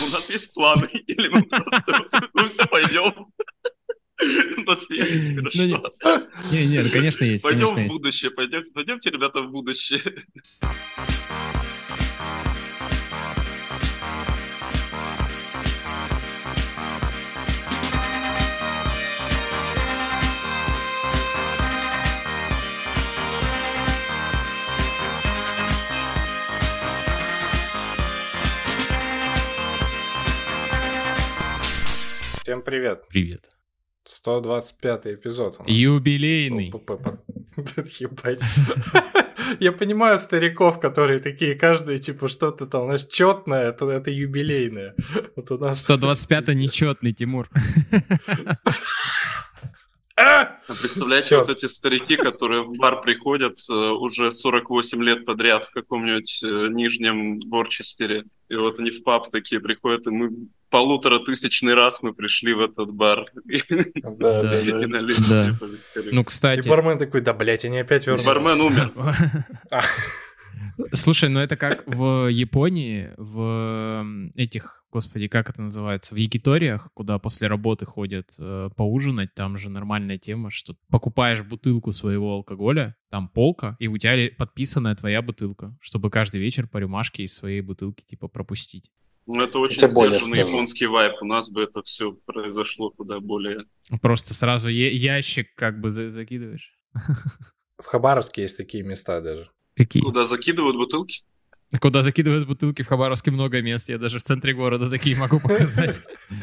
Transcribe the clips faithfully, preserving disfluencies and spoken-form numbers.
у нас есть планы, или мы просто, ну все, пойдем. У нас есть, хорошо. Не, не, ну, конечно, есть. Пойдем в будущее, пойдемте, пойдемте, ребята, в будущее. Всем привет. Привет. сто двадцать пятый эпизод у нас. Юбилейный. Ебать. Я понимаю стариков, которые такие, каждый, типа, что-то там, знаешь, чётное, это, это юбилейное. Вот у нас... сто двадцать пятый нечетный, Тимур. Представляете, вот эти старики, которые в бар приходят уже сорок восемь лет подряд в каком-нибудь нижнем Ворчестере, и вот они в паб такие приходят, и мы полутора тысячный раз мы пришли в этот бар. Да, да, да. Ну, кстати... И бармен такой, да, блядь, они опять вернулись. Бармен умер. Слушай, ну это как в Японии, в этих, господи, как это называется, в якиториях, куда после работы ходят э, поужинать, там же нормальная тема, что покупаешь бутылку своего алкоголя, там полка, и у тебя подписанная твоя бутылка, чтобы каждый вечер по рюмашке из своей бутылки типа пропустить. Ну это очень сдержанный японский вайб, у нас бы это все произошло куда более... Просто сразу е- ящик как бы за- закидываешь. В Хабаровске есть такие места даже. Какие? Куда закидывают бутылки? Куда закидывают бутылки, в Хабаровске много мест. Я даже в центре города такие могу показать.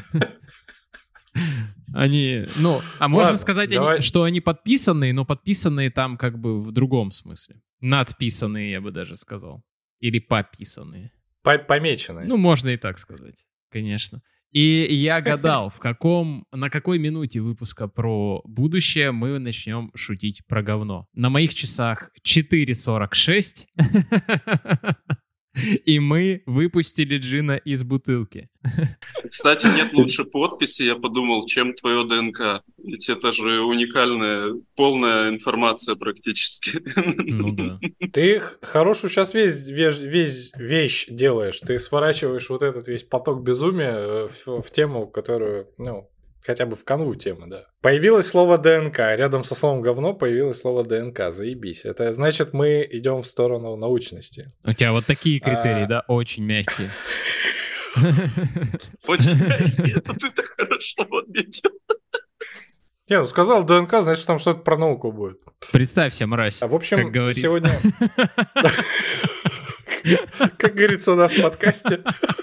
Они, ну, а можно Ладно, сказать, давай. они, что они подписанные, но подписанные там как бы в другом смысле. Надписанные, я бы даже сказал. Или пописанные. Помеченные. Ну, можно и так сказать, конечно. И я гадал, в каком, на какой минуте выпуска про будущее мы начнем шутить про говно. На моих часах четыре сорок шесть, и мы выпустили джина из бутылки. Кстати, нет лучше подписи, я подумал, чем твое ДНК. Ведь это же уникальная, полная информация практически. Ну да. Ты хорошую сейчас весь, весь, весь вещь делаешь. Ты сворачиваешь вот этот весь поток безумия в, в тему, которую, ну, хотя бы в канву темы, да. Появилось слово ДНК. Рядом со словом говно появилось слово ДНК. Заебись. Это значит, мы идем в сторону научности. У тебя вот такие критерии, а... да? Очень мягкие. Очень мягкие. Это ты так хорошо отметил. Не, ну сказал ДНК, значит, там что-то про науку будет. Представься, мразь, а в общем, как говорится. Сегодня... Как говорится у нас в подкасте.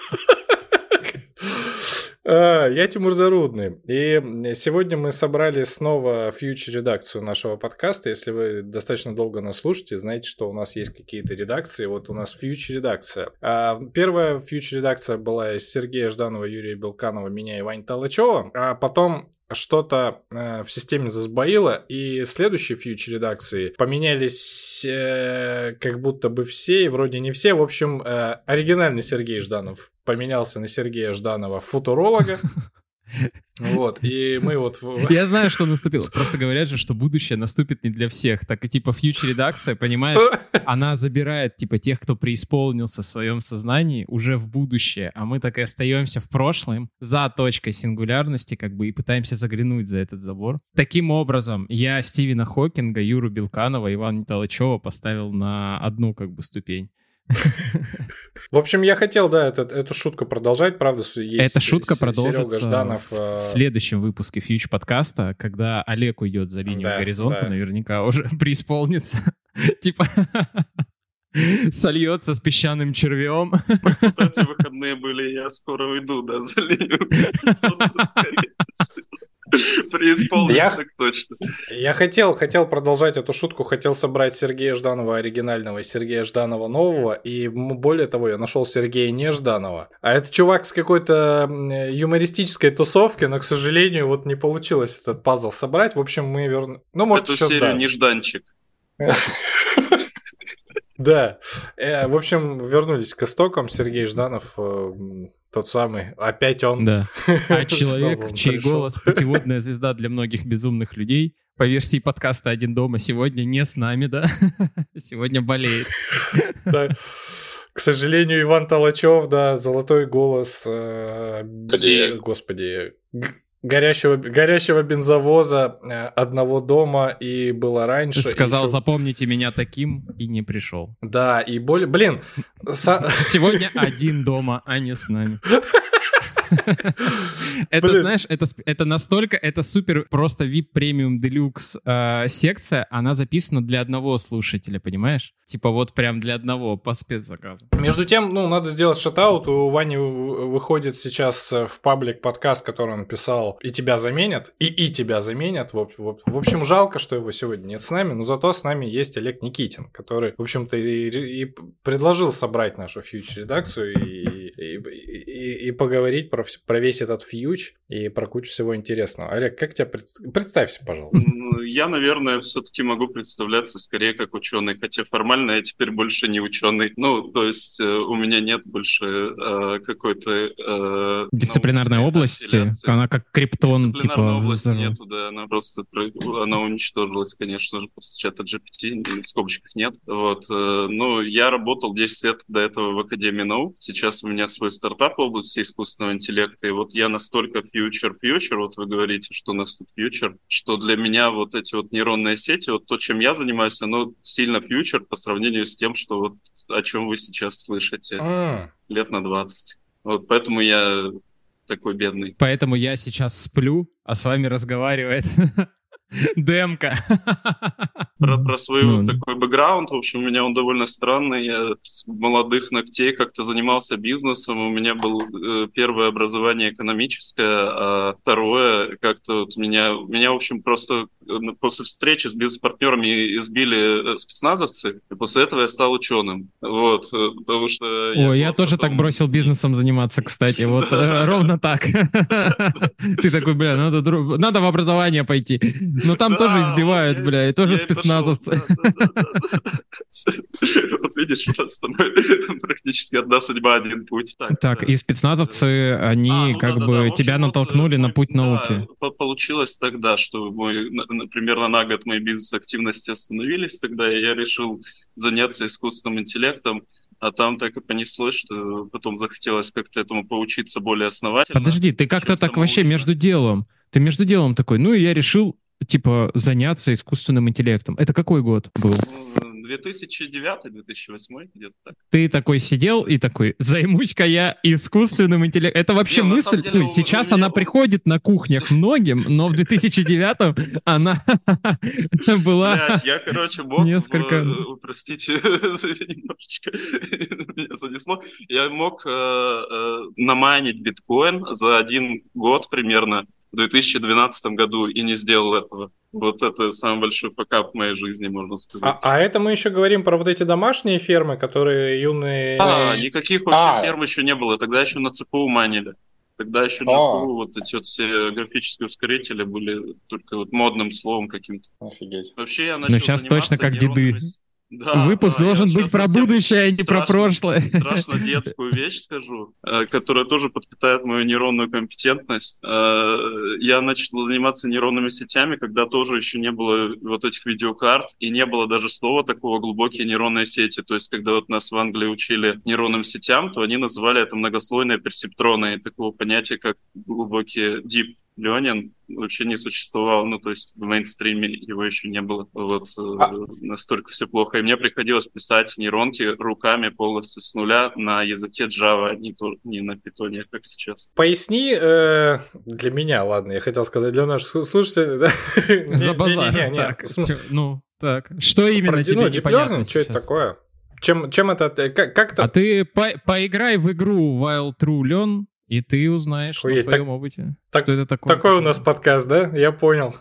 Я Тимур Зарудный, и сегодня мы собрали снова фьючер-редакцию нашего подкаста. Если вы достаточно долго нас слушаете, знаете, что у нас есть какие-то редакции. Вот у нас фьючер-редакция. Первая фьючер-редакция была из Сергея Жданова, Юрия Белканова, меня и Вани Толачева, а потом что-то в системе засбоило, и следующие фьючер-редакции поменялись э, как будто бы все, и вроде не все. В общем, э, оригинальный Сергей Жданов поменялся на Сергея Жданова, футуролога. Вот, и мы вот... Я знаю, что наступило. Просто говорят же, что будущее наступит не для всех. Так и типа фьючер-редакция, понимаешь, она забирает типа тех, кто преисполнился в своем сознании уже в будущее, а мы так и остаемся в прошлом за точкой сингулярности, как бы, и пытаемся заглянуть за этот забор. Таким образом, я Стивена Хокинга, Юру Белканова, Ивана Толачева поставил на одну как бы ступень. В общем, я хотел, да, это, эту шутку продолжать, правда, есть. Эта шутка продолжится Жданов, в следующем выпуске Фьюч подкаста, когда Олег уйдет за линию да, горизонта, да. Наверняка уже преисполнится, типа сольется с песчаным червем. Эти выходные были, я скоро уйду, да, за линию горизонта. Преисполнился я, точно. Я хотел, хотел продолжать эту шутку, хотел собрать Сергея Жданова оригинального и Сергея Жданова нового, и более того, я нашел Сергея Нежданова. А это чувак с какой-то юмористической тусовки, но, к сожалению, вот не получилось этот пазл собрать. В общем, мы вернули... Ну, может, эту еще серию да. Нежданчик. Да. В общем, вернулись к истокам. Сергей Жданов... Тот самый, опять он. Да. А человек, чей пришел. Голос путеводная звезда для многих безумных людей, по версии подкаста «Один дома» сегодня не с нами, да? Сегодня болеет. Да. К сожалению, Иван Толачев, да, золотой голос, э, господи, господи г- горящего, горящего бензовоза, э, одного дома, и было раньше. Сказал, еще... запомните меня таким, и не пришел. Да, и более... Блин! Со... Сегодня один дома, а не с нами. Это, Блин. знаешь, это, это настолько, это супер просто ви ай пи премиум делюкс э, секция, она записана для одного слушателя, понимаешь? Типа вот прям для одного по спецзаказу. Между тем, ну, надо сделать шатаут. У Вани выходит сейчас в паблик подкаст, который он писал «И тебя заменят», и «И тебя заменят». В, в, в общем, жалко, что его сегодня нет с нами, но зато с нами есть Олег Никитин, который, в общем-то, и, и предложил собрать нашу фьюч-редакцию и, и, и, и поговорить про, про весь этот фьюч и про кучу всего интересного. Олег, как тебя пред... представься, пожалуйста. Я, наверное, все-таки могу представляться скорее как ученый, хотя формально я теперь больше не ученый. Ну, то есть э, у меня нет больше э, какой-то... Э, Дисциплинарной области? Она как криптон, типа... Дисциплинарной области нету, да, она просто... Она уничтожилась, конечно же, после чата джи пи ти, в скобочках нет. Вот. Э, ну, я работал десять лет до этого в Академии наук. Сейчас у меня свой стартап в области искусственного интеллекта, и вот я настолько фьючер-фьючер, вот вы говорите, что у нас тут фьючер, что для меня вот эти вот нейронные сети, вот то, чем я занимаюсь, оно сильно фьючер по сравнению с тем, что вот о чем вы сейчас слышите mm. лет на двадцать. Вот поэтому я такой бедный. Поэтому я сейчас сплю, а с вами разговаривает демка. Про, про свой ну, такой бэкграунд, в общем, у меня он довольно странный. Я с молодых ногтей как-то занимался бизнесом. У меня было э, первое образование экономическое, а второе как-то вот меня, меня, в общем, просто после встречи с бизнес-партнерами избили спецназовцы, и после этого я стал ученым. Вот, потому что... О, я, я тоже потом... так бросил бизнесом заниматься, кстати, вот ровно так. Ты такой, бля, надо в образование пойти. Но там тоже избивают, бля, и тоже спецназовцы. Вот видишь, у нас с тобой практически одна судьба, один путь. Так, и спецназовцы, они как бы тебя натолкнули на путь науки. Получилось тогда, что мой... примерно на год мои бизнес-активности остановились тогда, и я решил заняться искусственным интеллектом, а там так и понеслось, что потом захотелось как-то этому поучиться более основательно. Подожди, ты как-то так вообще между делом, ты между делом такой, ну и я решил, типа, заняться искусственным интеллектом. Это какой год был? две тысячи девятый - две тысячи восьмой, где-то так. Ты такой сидел и такой, займусь-ка я искусственным интеллектом. Это вообще не, мысль, деле, ну, сейчас меня... она приходит на кухнях многим, но в две тысячи девятом она была Блядь, я, короче, мог, несколько... простите, немножечко меня занесло, я мог намайнить биткоин за один год примерно в две тысячи двенадцатом году и не сделал этого. Вот это самый большой факап в моей жизни, можно сказать. А, а это мы еще говорим про вот эти домашние фермы, которые юные... А, никаких вообще а. ферм еще не было. Тогда еще на ЦПУ майнили. Тогда еще джи пи ю, вот эти вот все графические ускорители были только вот модным словом каким-то. Офигеть. Вообще я начал Но сейчас точно как деды. Да, Выпуск да, должен быть про будущее, а не страшно, про прошлое. Страшно детскую вещь скажу, которая тоже подпитает мою нейронную компетентность. Я начал заниматься нейронными сетями, когда тоже еще не было вот этих видеокарт, и не было даже слова такого глубокие нейронные сети. То есть, когда вот нас в Англии учили нейронным сетям, то они называли это многослойные персептроны, и такого понятия, как глубокие deep learning вообще не существовал, ну, то есть в мейнстриме его еще не было. Вот а... настолько все плохо. И мне приходилось писать нейронки руками полностью с нуля на языке Java, не, то, не на Python, как сейчас. Поясни э, для меня, ладно, я хотел сказать для наших слушателей. За базар. Так, ну, так. Что именно тебе непонятно сейчас? Что это такое? Чем, чем это... Как, как-то... А ты по, поиграй в игру While True Learn, и ты узнаешь Ой, на своем так, опыте, так, что это такое. Такой у нас подкаст, да? Я понял.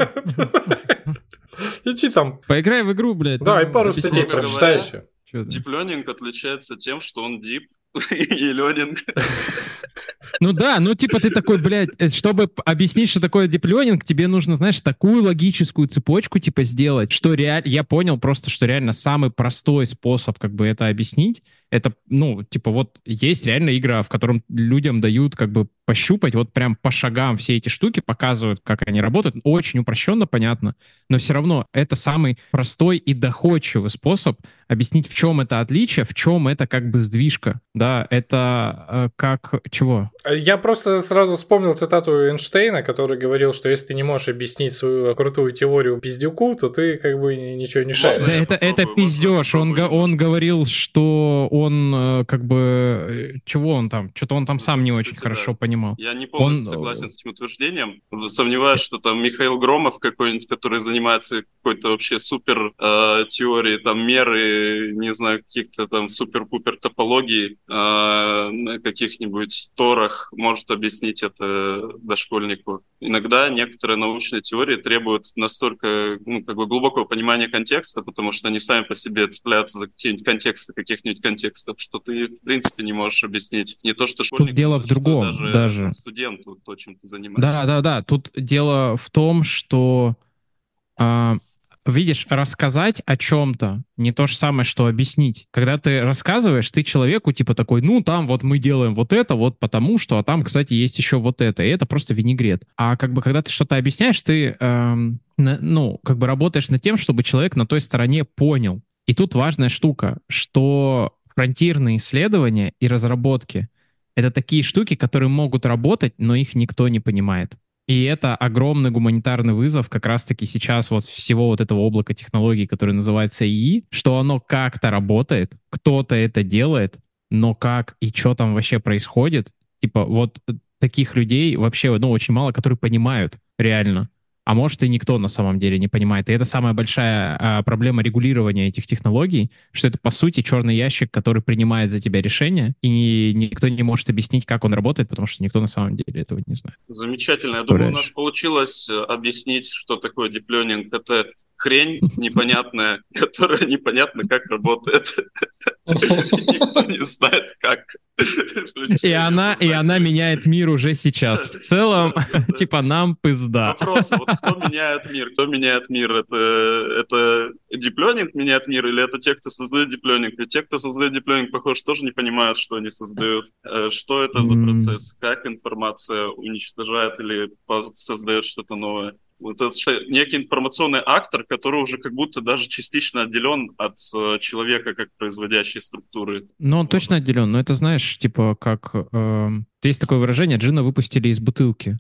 Иди там. Поиграй в игру, блядь. Да, и пару статей прочитай еще. Deep Learning отличается тем, что он deep, и learning. Ну да, ну типа ты такой, блядь, чтобы объяснить, что такое deep learning, тебе нужно, знаешь, такую логическую цепочку типа сделать, что реально, я понял просто, что реально самый простой способ как бы это объяснить, это, ну, типа вот есть реально игра, в котором людям дают как бы пощупать, вот прям по шагам все эти штуки показывают, как они работают. Очень упрощенно, понятно, но все равно это самый простой и доходчивый способ объяснить, в чем это отличие, в чем это как бы сдвижка. Да, это э, как... Чего? Я просто сразу вспомнил цитату Эйнштейна, который говорил, что если ты не можешь объяснить свою крутую теорию пиздюку, то ты как бы ничего не шаришь. Да, это, это пиздеж. Он, он говорил, что он э, как бы... Чего он там? Что-то он там сам не Кстати, очень да. хорошо понимал. Я не полностью Он... согласен с этим утверждением. Сомневаюсь, что там Михаил Громов какой-нибудь, который занимается какой-то вообще супер э, теорией, там, меры, не знаю, каких-то там супер-пупер топологий э, на каких-нибудь торах, может объяснить это дошкольнику. Иногда некоторые научные теории требуют настолько, ну, как бы глубокого понимания контекста, потому что они сами по себе цепляются за какие-нибудь контексты каких-нибудь контекстов, что ты, в принципе, не можешь объяснить. Не то, что школьнику, Тут дело в другом даже, даже. студенту, то, чем ты занимаешься. Да, да, да. Тут дело в том, что, э, видишь, рассказать о чем-то не то же самое, что объяснить. Когда ты рассказываешь, ты человеку типа такой, ну, там вот мы делаем вот это, вот потому что, а там, кстати, есть еще вот это. И это просто винегрет. А как бы, когда ты что-то объясняешь, ты, э, ну, как бы работаешь над тем, чтобы человек на той стороне понял. И тут важная штука, что фронтирные исследования и разработки — это такие штуки, которые могут работать, но их никто не понимает. И это огромный гуманитарный вызов как раз-таки сейчас вот всего вот этого облака технологий, которое называется ИИ, что оно как-то работает, кто-то это делает, но как и что там вообще происходит, типа вот таких людей вообще, ну, очень мало, которые понимают реально. А может, и никто на самом деле не понимает. И это самая большая а, проблема регулирования этих технологий, что это, по сути, черный ящик, который принимает за тебя решения, и никто не может объяснить, как он работает, потому что никто на самом деле этого не знает. Замечательно. Я думаю, у нас получилось объяснить, что такое дип-ленинг. Это хрень непонятная, которая непонятно как работает. Никто не знает, как. И она, и она меняет мир уже сейчас. В целом, типа, нам пизда. Вопрос, вот кто меняет мир? Кто меняет мир? Это, это дип-ленинг меняет мир или это те, кто создает дип-ленинг? Ведь те, кто создает дип-ленинг, похоже, тоже не понимают, что они создают. Что это за процесс? Как информация уничтожает или создает что-то новое? Вот это некий информационный актор, который уже как будто даже частично отделен от э, человека как производящей структуры. Ну, он точно отделен, но это, знаешь, типа как... Э, есть такое выражение, джина выпустили из бутылки.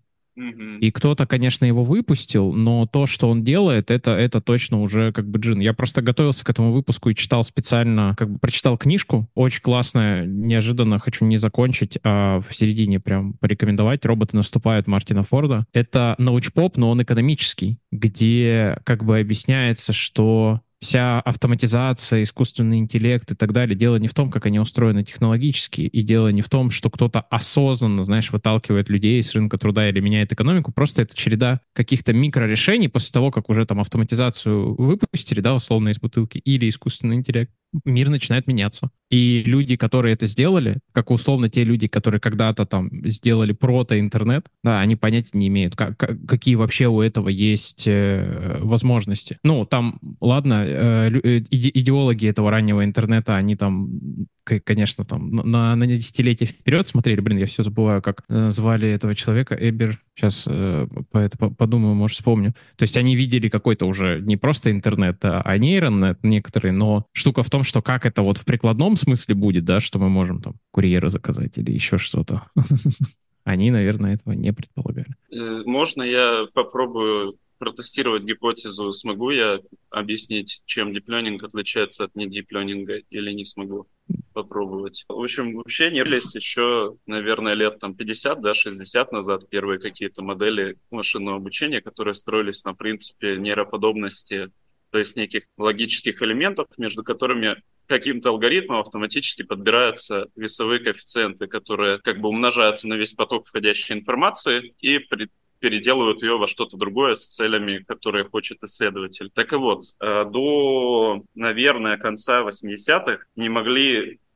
И кто-то, конечно, его выпустил, но то, что он делает, это, это точно уже как бы джин. Я просто готовился к этому выпуску и читал специально, как бы прочитал книжку, очень классная, неожиданно, хочу не закончить, а в середине прям порекомендовать. «Роботы наступают» Мартина Форда. Это научпоп, но он экономический, где как бы объясняется, что вся автоматизация, искусственный интеллект и так далее, дело не в том, как они устроены технологически, и дело не в том, что кто-то осознанно, знаешь, выталкивает людей с рынка труда или меняет экономику, просто это череда каких-то микрорешений после того, как уже там автоматизацию выпустили, да, условно, из бутылки, или искусственный интеллект. Мир начинает меняться. И люди, которые это сделали, как условно те люди, которые когда-то там сделали прото-интернет, да, они понятия не имеют, как, как, какие вообще у этого есть э, возможности. Ну, там, ладно, э, иде- идеологи этого раннего интернета, они там, конечно, там на, на десятилетия вперед смотрели. Блин, я все забываю, как э, звали этого человека. Эбер. Сейчас э, по это подумаю, может, вспомню. То есть они видели какой-то уже не просто интернет, а нейронет некоторые, но штука в том, что как это вот в прикладном смысле будет, да, что мы можем там курьера заказать или еще что-то. Они, наверное, этого не предполагали. Можно я попробую протестировать гипотезу? Смогу я объяснить, чем дип-ленинг отличается от не-дип-ленинга или не смогу? Попробовать. В общем, вообще не были еще, наверное, лет там пятьдесят, да, шестьдесят назад первые какие-то модели машинного обучения, которые строились на принципе нейроподобности, то есть неких логических элементов, между которыми каким-то алгоритмом автоматически подбираются весовые коэффициенты, которые как бы умножаются на весь поток входящей информации и при переделывают ее во что-то другое с целями, которые хочет исследователь. Так и вот, до, наверное, конца восьмидесятых не могли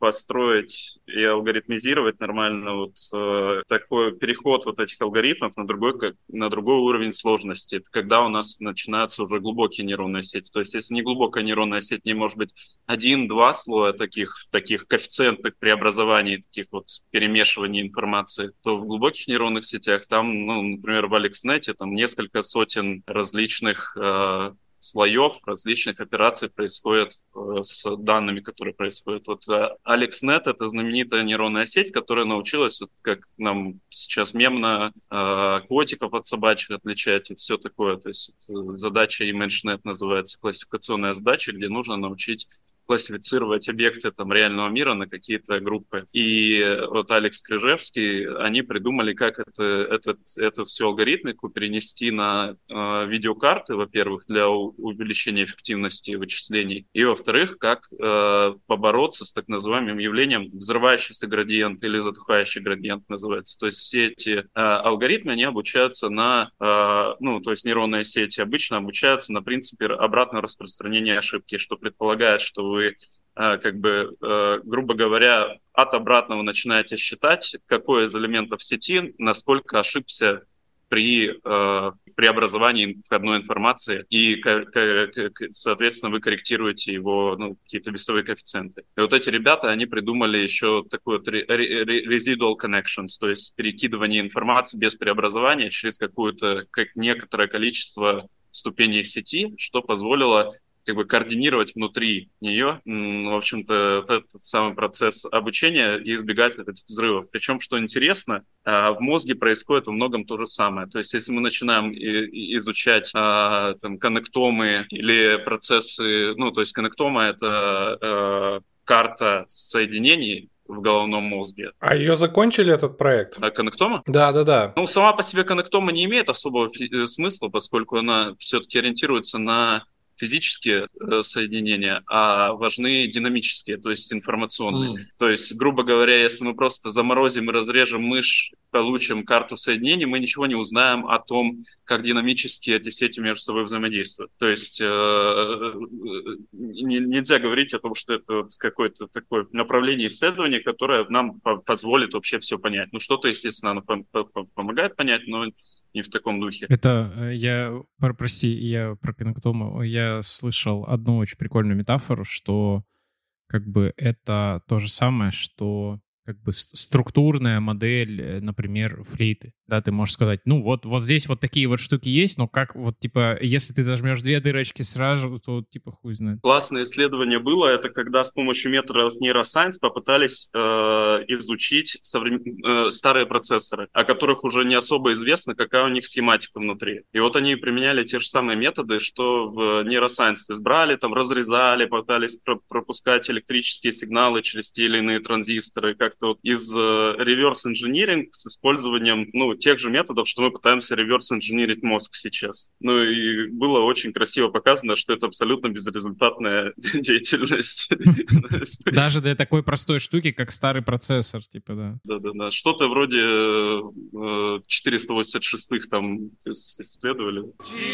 построить и алгоритмизировать нормально вот э, такой переход вот этих алгоритмов на другой, как, на другой уровень сложности. Это когда у нас начинаются уже глубокие нейронные сети. То есть если не глубокая нейронная сеть, не может быть один-два слоя таких, таких коэффициентных преобразований, таких вот перемешиваний информации, то в глубоких нейронных сетях там, ну, например, в AlexNet там несколько сотен различных э, слоев, различных операций происходит э, с данными, которые происходят. Вот э, AlexNet — это знаменитая нейронная сеть, которая научилась, вот, как нам сейчас мемно, э, котиков от собачек отличать и все такое. То есть э, задача ImageNet называется, классификационная задача, где нужно научить классифицировать объекты там реального мира на какие-то группы. И вот Алекс Крижевский, они придумали, как это, это, это всю алгоритмику перенести на э, видеокарты, во-первых, для у- увеличения эффективности вычислений, и, во-вторых, как э, побороться с так называемым явлением взрывающийся градиент или затухающий градиент называется. То есть все эти э, алгоритмы, они обучаются на, э, ну, то есть нейронные сети обычно обучаются на принципе обратного распространения ошибки, что предполагает, что вы вы, как бы, грубо говоря, от обратного начинаете считать, какой из элементов сети насколько ошибся при преобразовании входной информации, и, соответственно, вы корректируете его, ну, какие-то весовые коэффициенты. И вот эти ребята, они придумали еще такой вот residual connections, то есть перекидывание информации без преобразования через какое-то, как некоторое количество ступеней сети, что позволило как бы координировать внутри нее, в общем-то, этот самый процесс обучения и избегать этих взрывов. Причем, что интересно, в мозге происходит во многом то же самое. То есть, если мы начинаем изучать там коннектомы или процессы, ну, то есть коннектома — это карта соединений в головном мозге. А ее закончили, этот проект? А коннектома? Да, да, да. Ну, сама по себе коннектома не имеет особого смысла, поскольку она все-таки ориентируется на физические э, соединения, а важны динамические, то есть информационные. Mm. То есть, грубо говоря, если мы просто заморозим и разрежем мышь, получим карту соединений, мы ничего не узнаем о том, как динамически эти сети между собой взаимодействуют. То есть э, не, нельзя говорить о том, что это вот какое-то такое направление исследования, которое нам по- позволит вообще все понять. Ну, что-то, естественно, оно пом- пом- помогает понять, но не в таком духе. Это я, прости, я про коннектому, я слышал одну очень прикольную метафору, что как бы это то же самое, что как бы структурная модель, например, флейты. Да, ты можешь сказать, ну вот, вот здесь вот такие вот штуки есть, но как вот типа, если ты зажмешь две дырочки сразу, то типа хуй знает. Классное исследование было, это когда с помощью методов нейросайенс попытались э, изучить соврем... э, старые процессоры, о которых уже не особо известно, какая у них схематика внутри. И вот они применяли те же самые методы, что в нейросайенс. То есть брали, там, разрезали, пытались про- пропускать электрические сигналы через те или иные транзисторы, как-то вот из реверс-инжиниринг с использованием, ну, тех же методов, что мы пытаемся реверс-инжинирить мозг сейчас. Ну и было очень красиво показано, что это абсолютно безрезультатная деятельность. Даже для такой простой штуки, как старый процессор, типа, да. Да-да-да. Что-то вроде четыреста восемьдесят шестых там исследовали.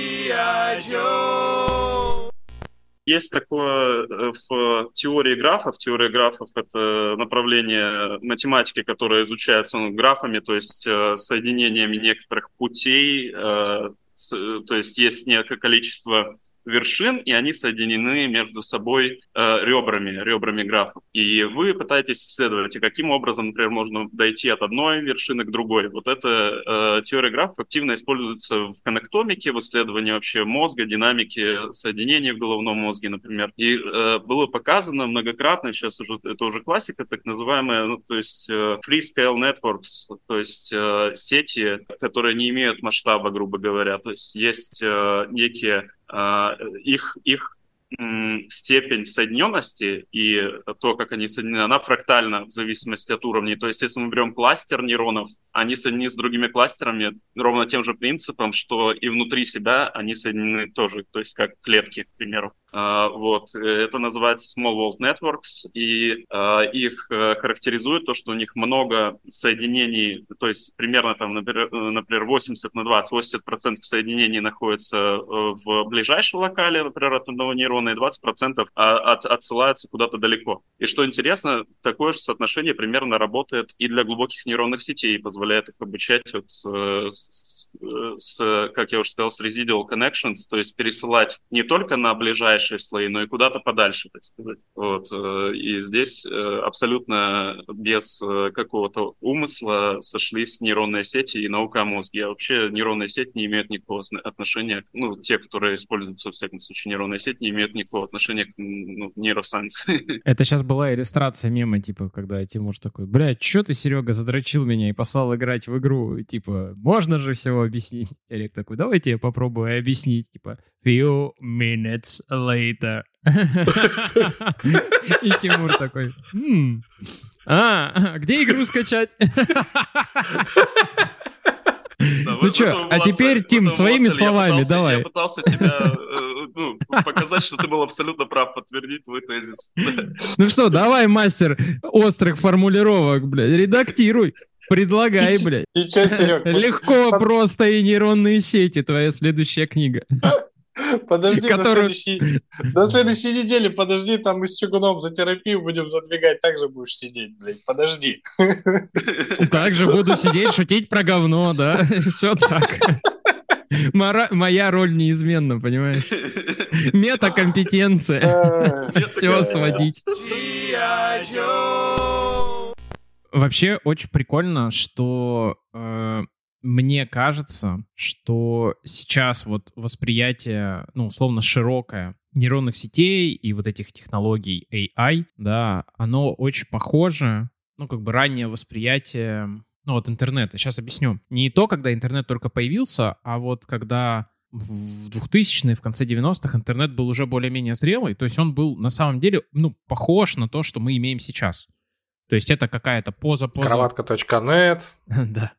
Есть такое в теории графов. Теория графов — это направление математики, которое изучается ну, графами, то есть э, соединениями некоторых путей. Э, с, то есть есть некое количество вершин, и они соединены между собой э, ребрами, ребрами графов. И вы пытаетесь исследовать, и каким образом, например, можно дойти от одной вершины к другой. Вот эта э, теория графов активно используется в коннектомике, в исследовании вообще мозга, динамики соединений в головном мозге, например. И э, было показано многократно, сейчас уже это уже классика, так называемая, ну, то есть э, free-scale networks, то есть э, сети, которые не имеют масштаба, грубо говоря. То есть есть э, некие Uh, их, их м, степень соединенности и то, как они соединены, она фрактальна в зависимости от уровней. То есть, если мы берем кластер нейронов, они соединены с другими кластерами ровно тем же принципом, что и внутри себя они соединены тоже, то есть как клетки, к примеру. Uh, вот. Это называется small world networks, и uh, их uh, характеризует то, что у них много соединений, то есть примерно там, например, например восемьдесят на двадцать, восемьдесят процентов соединений находится uh, в ближайшей локале, например, от одного нейрона нейтроны, и двадцать процентов от, отсылаются куда-то далеко. И что интересно, такое же соотношение примерно работает и для глубоких нейронных сетей, позволяет их обучать вот, э, с, с, как я уже сказал, с residual connections, то есть пересылать не только на ближайшие слои, но и куда-то подальше, так сказать. Вот. И здесь абсолютно без какого-то умысла сошлись нейронные сети и наука о мозге. А вообще нейронные сети не имеют никакого отношения, ну, те, которые используются, во всяком случае, нейронные сети, не имеют никакого отношения к ну, нейросайенс. Это сейчас была иллюстрация мема, типа, когда Тимур такой: блядь, чё ты, Серега, задрочил меня и послал играть в игру? Типа, можно же всего объяснить? Эрик такой: давайте я попробую объяснить. Типа, few minutes later. И Тимур такой: а, где игру скачать? Да, ну что, а теперь, Тим, своими цель. словами, я пытался, давай. Я пытался тебя ну, показать, что ты был абсолютно прав, подтвердить твой тезис. Ну что, давай, мастер острых формулировок, блядь, редактируй. Предлагай, и, блядь. И что, Серег? Легко, просто и нейронные сети, твоя следующая книга. Подожди Которую... до, следующей... до следующей недели, подожди, там мы с Чугуном за терапию будем задвигать, так же будешь сидеть, блядь, подожди. Так же буду сидеть, шутить про говно, да, все так. Мора... Моя роль неизменна, понимаешь? Метакомпетенция. Все сводить. Вообще очень прикольно, что... Э... Мне кажется, что сейчас вот восприятие, ну, условно, широкое нейронных сетей и вот этих технологий эй ай, да, оно очень похоже, ну, как бы раннее восприятие, ну, вот интернета. Сейчас объясню. Не то, когда интернет только появился, а вот когда в двухтысячные, в конце девяностых интернет был уже более-менее зрелый, то есть он был на самом деле, ну, похож на то, что мы имеем сейчас. То есть это какая-то поза-поза... Кроватка точка нет. Да.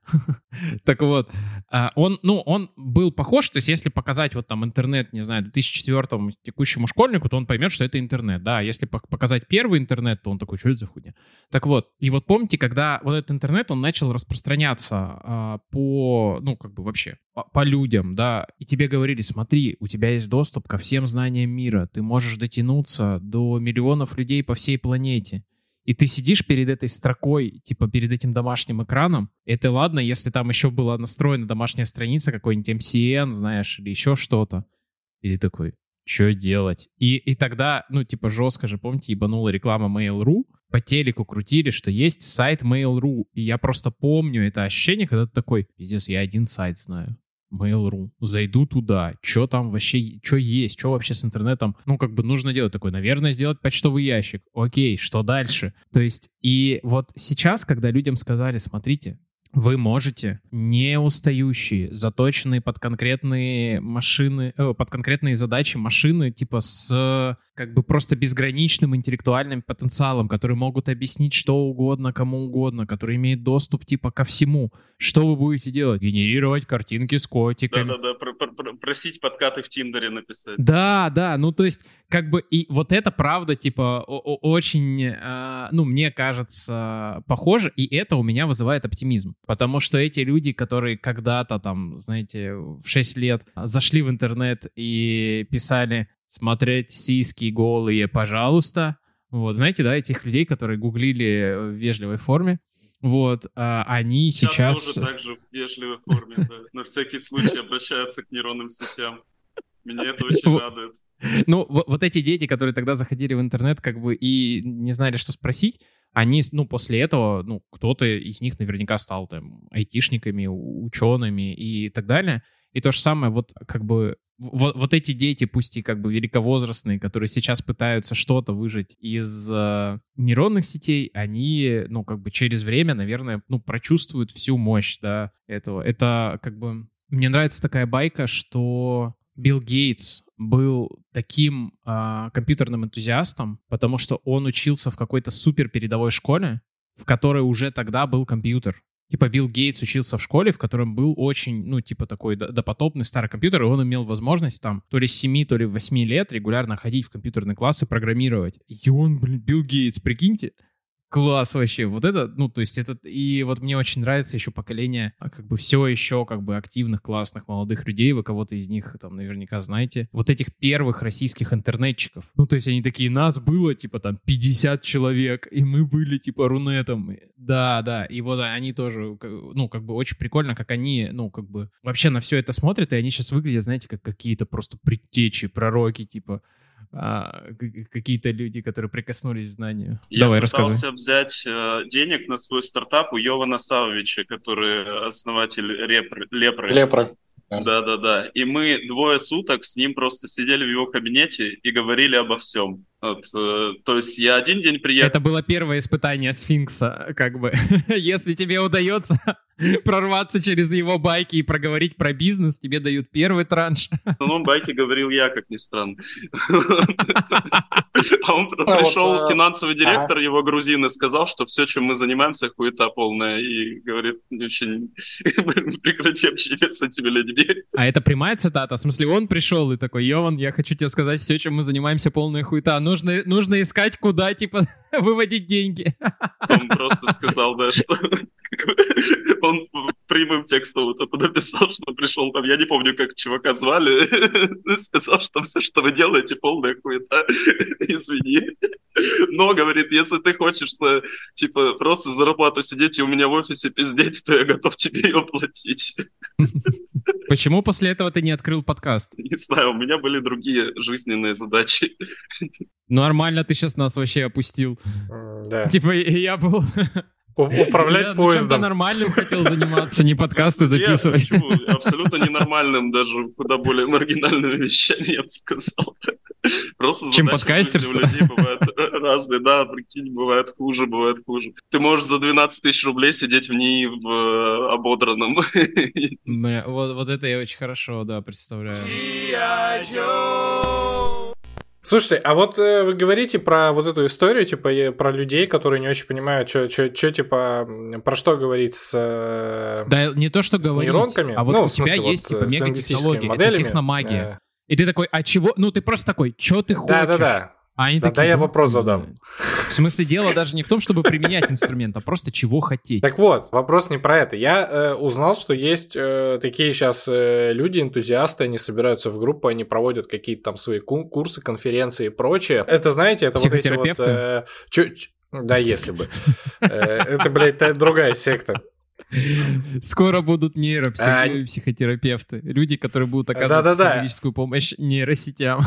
Так вот, он, ну, он был похож, то есть если показать вот там интернет, не знаю, две тысячи четвёртому текущему школьнику, то он поймет, что это интернет, да. Если показать первый интернет, то он такой: что это за хуйня? Так вот, и вот помните, когда вот этот интернет, он начал распространяться а, по, ну, как бы вообще, по, по людям, да, и тебе говорили: смотри, у тебя есть доступ ко всем знаниям мира, ты можешь дотянуться до миллионов людей по всей планете. И ты сидишь перед этой строкой, типа перед этим домашним экраном. Это ладно, если там еще была настроена домашняя страница, какой-нибудь эм си эн, знаешь, или еще что-то. И ты такой: что делать? И, и тогда, ну, типа, жестко же, помните, ебанула реклама Mail.ru. По телеку крутили, что есть сайт Mail.ru. И я просто помню это ощущение, когда ты такой: пиздец, я один сайт знаю. Mail.ru. Зайду туда. Что там вообще, что есть, что вообще с интернетом, ну, как бы нужно делать такое, наверное, сделать почтовый ящик. Окей, что дальше? То есть, и вот сейчас, когда людям сказали: смотрите, вы можете не устающие, заточенные под конкретные машины, э, под конкретные задачи машины, типа с как бы просто безграничным интеллектуальным потенциалом, которые могут объяснить что угодно, кому угодно, которые имеют доступ типа ко всему. Что вы будете делать? Генерировать картинки с котиками. Да-да-да, про- про- просить подкаты в Тиндере написать. Да, да, ну то есть как бы и вот это правда типа очень, э, ну мне кажется, похоже, и это у меня вызывает оптимизм. Потому что эти люди, которые когда-то там, знаете, в шесть лет зашли в интернет и писали: смотреть сиськи голые, пожалуйста. Вот, знаете, да, этих людей, которые гуглили в вежливой форме. Вот, а они сейчас... Сейчас тоже так же в вежливой форме, да. На всякий случай обращаются к нейронным сетям. Меня это очень радует. Ну, вот эти дети, которые тогда заходили в интернет, как бы, и не знали, что спросить, они, ну, после этого, ну, кто-то из них наверняка стал там айтишниками, учеными и так далее. И то же самое, вот, как бы, вот, вот эти дети, пусть и как бы великовозрастные, которые сейчас пытаются что-то выжать из э, нейронных сетей, они, ну, как бы через время, наверное, ну, прочувствуют всю мощь, да, этого. Это, как бы, мне нравится такая байка, что Билл Гейтс был таким э, компьютерным энтузиастом, потому что он учился в какой-то супер передовой школе, в которой уже тогда был компьютер. Типа Билл Гейтс учился в школе, в котором был очень, ну, типа такой допотопный старый компьютер, и он имел возможность там то ли с семи, то ли восьми лет регулярно ходить в компьютерный класс и программировать. И он, блин, Билл Гейтс, прикиньте, Класс вообще. Вот это, ну, то есть это... И вот мне очень нравится еще поколение, как бы все еще как бы активных, классных, молодых людей. Вы кого-то из них там наверняка знаете. Вот этих первых российских интернетчиков. Ну, то есть они такие, нас было, типа, там, пятьдесят человек, и мы были, типа, Рунетом. Да, да. И вот они тоже, ну, как бы очень прикольно, как они, ну, как бы вообще на все это смотрят, и они сейчас выглядят, знаете, как какие-то просто предтечи, пророки, типа... А, какие-то люди, которые прикоснулись к знанию. Я Давай, пытался рассказывай. взять э, денег на свой стартап у Йована Савовича, который основатель Лепры. Лепры. Лепры. Да-да-да. И мы двое суток с ним просто сидели в его кабинете и говорили обо всем. Вот, э, то есть я один день приехал... Это было первое испытание сфинкса, как бы. Если тебе удается прорваться через его байки и проговорить про бизнес, тебе дают первый транш. В основном байки говорил я, как ни странно. А он пришел, финансовый директор, его грузин, и сказал, что все, чем мы занимаемся, хуета полная. И говорит, очень прекрати общаться с этими людьми. А это прямая цитата? В смысле, он пришел и такой, Йован, я хочу тебе сказать, все, чем мы занимаемся, полная хуета. Нужно, нужно искать, куда, типа, выводить деньги. Он просто сказал, да, что... Он прямым текстом вот это написал, что пришел там, я не помню, как чувака звали, сказал, что все, что вы делаете, полная хуета, извини. Но, говорит, если ты хочешь, типа, просто за зарплату сидеть и у меня в офисе пиздеть, то я готов тебе ее платить. Почему после этого ты не открыл подкаст? Не знаю, у меня были другие жизненные задачи. Нормально ты сейчас нас вообще опустил. Да. Типа, я был... Управлять я, поездом. Ну, чем-то нормальным хотел заниматься, не подкасты записывать. Я, почему? Абсолютно ненормальным, даже куда более маргинальными вещами, я бы сказал. Просто чем подкастерство? У людей бывают разные, да, прикинь, бывает хуже, бывает хуже. Ты можешь за двенадцать тысяч рублей сидеть в НИИ в ободранном. Вот, вот это я очень хорошо, да, представляю. Слушайте, а вот э, вы говорите про вот эту историю, типа, э, про людей, которые не очень понимают, что, типа, про что говорить с э, Да, не то, что говорить, нейронками. а вот ну, у тебя смысле, есть, вот, типа, мегатехнология, моделями. это техномагия. Э... И ты такой, а чего? Ну, ты просто такой, что ты хочешь? Да-да-да. А они да, такие, да, я ну, вопрос задам. В смысле, дело даже не в том, чтобы применять инструмент, а просто чего хотеть. Так вот, вопрос не про это. Я э, узнал, что есть э, такие сейчас э, люди, энтузиасты, они собираются в группы, они проводят какие-то там свои курсы, конференции и прочее. Это, знаете, это вот эти вот... Э, чё, чё, да, если бы. Это, блядь, другая секта. Скоро будут нейропсихотерапевты. Люди, которые будут оказывать психологическую помощь нейросетям.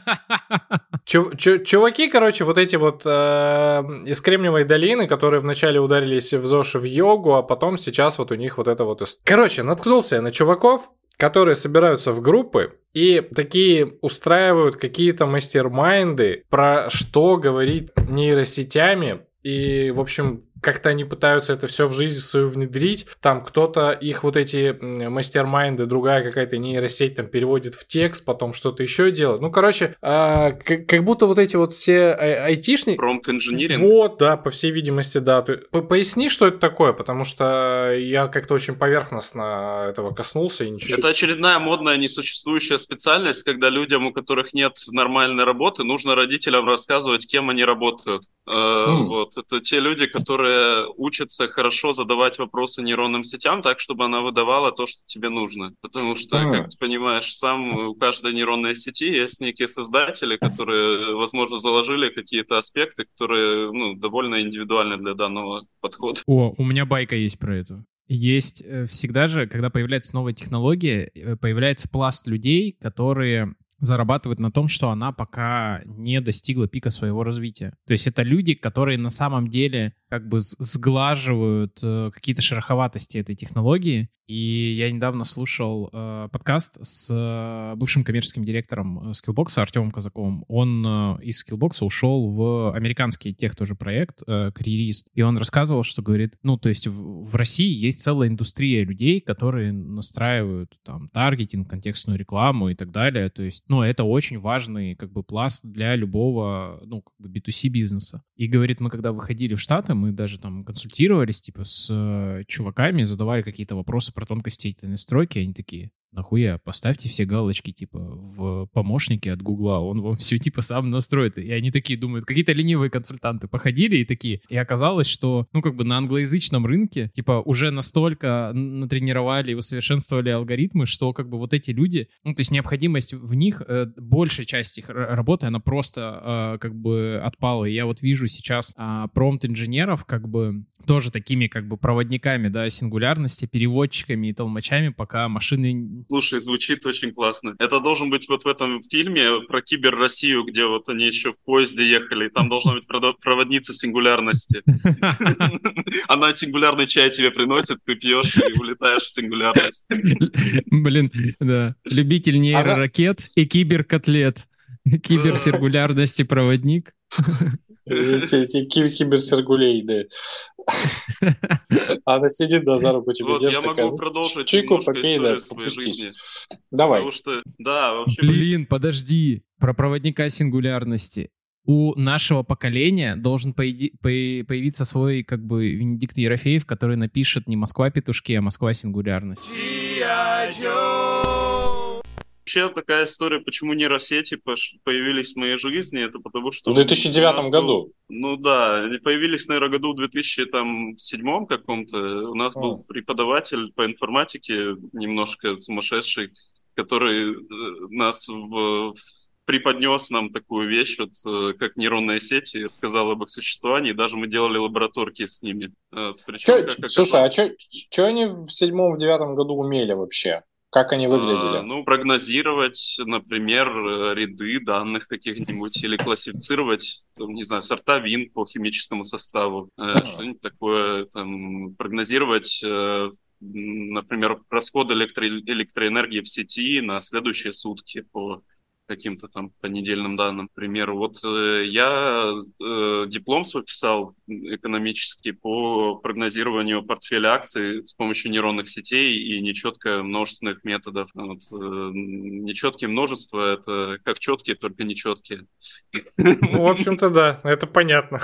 Чуваки, короче, вот эти вот из Кремниевой долины, которые вначале ударились в ЗОЖ и в йогу, а потом сейчас вот у них вот это вот... Короче, наткнулся я на чуваков, которые собираются в группы и такие устраивают какие-то мастер-майнды про что говорить нейросетями. И, в общем, как-то они пытаются это все в жизнь свою внедрить. Там кто-то их вот эти мастер-майнды, другая какая-то нейросеть там переводит в текст, потом что-то еще делает. Ну, короче, а, как, как будто вот эти вот все айтишники... Промпт-инжиниринг? Вот, да, по всей видимости, да. Ты, поясни, что это такое, потому что я как-то очень поверхностно этого коснулся и ничего... Это очередная модная несуществующая специальность, когда людям, у которых нет нормальной работы, нужно родителям рассказывать, кем они работают. Mm. Вот. Это те люди, которые учатся хорошо задавать вопросы нейронным сетям так, чтобы она выдавала то, что тебе нужно. Потому что, mm. как ты понимаешь, сам у каждой нейронной сети есть некие создатели, которые, возможно, заложили какие-то аспекты, которые ну, довольно индивидуальны для данного подхода. О, у меня байка есть про это. Есть всегда же, когда появляется новая технология, появляется пласт людей, которые зарабатывают на том, что она пока не достигла пика своего развития. То есть это люди, которые на самом деле как бы сглаживают э, какие-то шероховатости этой технологии. И я недавно слушал э, подкаст с э, бывшим коммерческим директором Skillbox Артемом Казаковым. Он э, из Skillbox ушел в американский тех тоже проект, э, карьерист. И он рассказывал, что говорит, ну, то есть в, в России есть целая индустрия людей, которые настраивают там таргетинг, контекстную рекламу и так далее. То есть, ну, это очень важный как бы пласт для любого, ну, как бы би ту си бизнеса. И говорит, мы когда выходили в Штаты, мы даже там консультировались, типа, с э, чуваками, задавали какие-то вопросы про тонкости этой настройки, они такие, нахуя? Поставьте все галочки, типа, в помощнике от Гугла, он вам все, типа, сам настроит. И они такие думают, какие-то ленивые консультанты походили и такие. И оказалось, что, ну, как бы на англоязычном рынке, типа, уже настолько натренировали и усовершенствовали алгоритмы, что, как бы, вот эти люди, ну, то есть необходимость в них, э, большая часть их работы, она просто, э, как бы, отпала. И я вот вижу сейчас э, промпт-инженеров, как бы, тоже такими, как бы, проводниками, да, сингулярности, переводчиками и толмачами, пока машины... Слушай, звучит очень классно. Это должен быть вот в этом фильме про Кибер-Россию, где вот они еще в поезде ехали, и там должна быть проводница сингулярности. Она сингулярный чай тебе приносит, ты пьешь и улетаешь в сингулярность. Блин, да. Любитель нейроракет и киберкотлет. Киберсингулярности проводник. Эти киберсергулей, да. Она сидит, да, за руку тебе вот, держит. Я такая, могу продолжить чайку немножко попей, историю да, своей жизни. Давай. Потому что, да, вообще... Блин, подожди. Про проводника сингулярности. У нашего поколения должен появи- по- появиться свой, как бы, Венедикт Ерофеев, который напишет не «Москва-петушки», а «Москва-сингулярность». Вообще такая история, почему нейросети появились в моей жизни, это потому что... В две тысячи девятом году. Был, ну да, они появились, наверное, году в две тысячи седьмом каком-то. У нас а. был преподаватель по информатике, немножко сумасшедший, который нас в... преподнес нам такую вещь, вот, как нейронные сети, сказал об их существовании, даже мы делали лабораторки с ними. Причем, чё, как слушай, это... а что они в седьмом, в девятом году умели вообще? Как они выглядели? А, ну, прогнозировать, например, ряды данных каких-нибудь или классифицировать, там, не знаю, сорта вин по химическому составу, а. что-нибудь такое, там, прогнозировать, например, расход электро- электроэнергии в сети на следующие сутки по каким-то там понедельным данным, к примеру. Вот э, я э, диплом свой писал экономический по прогнозированию портфеля акций с помощью нейронных сетей и нечетко множественных методов. Вот, э, нечеткие множества — это как четкие, только нечеткие. Ну, в общем-то, да, это понятно.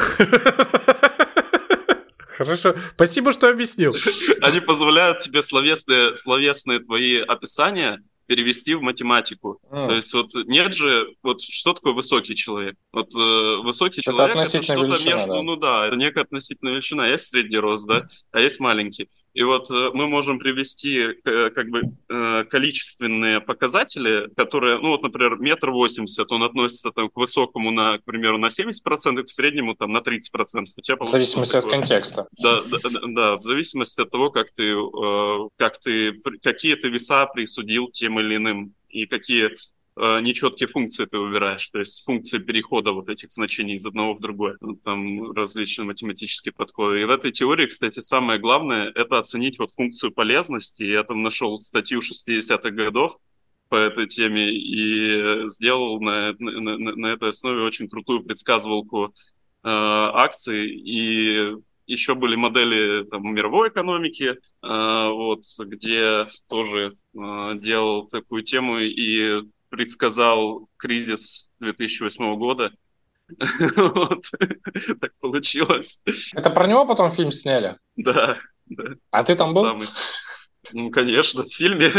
Хорошо, спасибо, что объяснил. Они позволяют тебе словесные, словесные твои описания перевести в математику. Mm. То есть вот нет же, вот что такое высокий человек? Вот э, высокий это человек — это что-то величина, между, да. ну да, это некая относительная величина. Есть средний рост, да, а есть маленький. И вот э, мы можем привести э, как бы э, количественные показатели, которые, ну вот, например, метр восемьдесят, он относится там к высокому, на, к примеру, на семьдесят процентов, к среднему там на тридцать процентов. У тебя в зависимости от контекста. Да, да, да, да, в зависимости от того, как ты, э, как ты, какие ты веса присудил тем или иным и какие э, нечеткие функции ты выбираешь, то есть функции перехода вот этих значений из одного в другое, ну, там различные математические подходы. И в этой теории, кстати, самое главное — это оценить вот функцию полезности. Я там нашел статью шестидесятых годов по этой теме и сделал на, на, на, на этой основе очень крутую предсказывалку э, акций. И еще были модели там мировой экономики, э, вот, где тоже э, делал такую тему и предсказал кризис две тысячи восьмого года. Вот, так получилось. Это про него потом фильм сняли? Да, да. А ты там был? Самый. Ну, конечно, в фильме.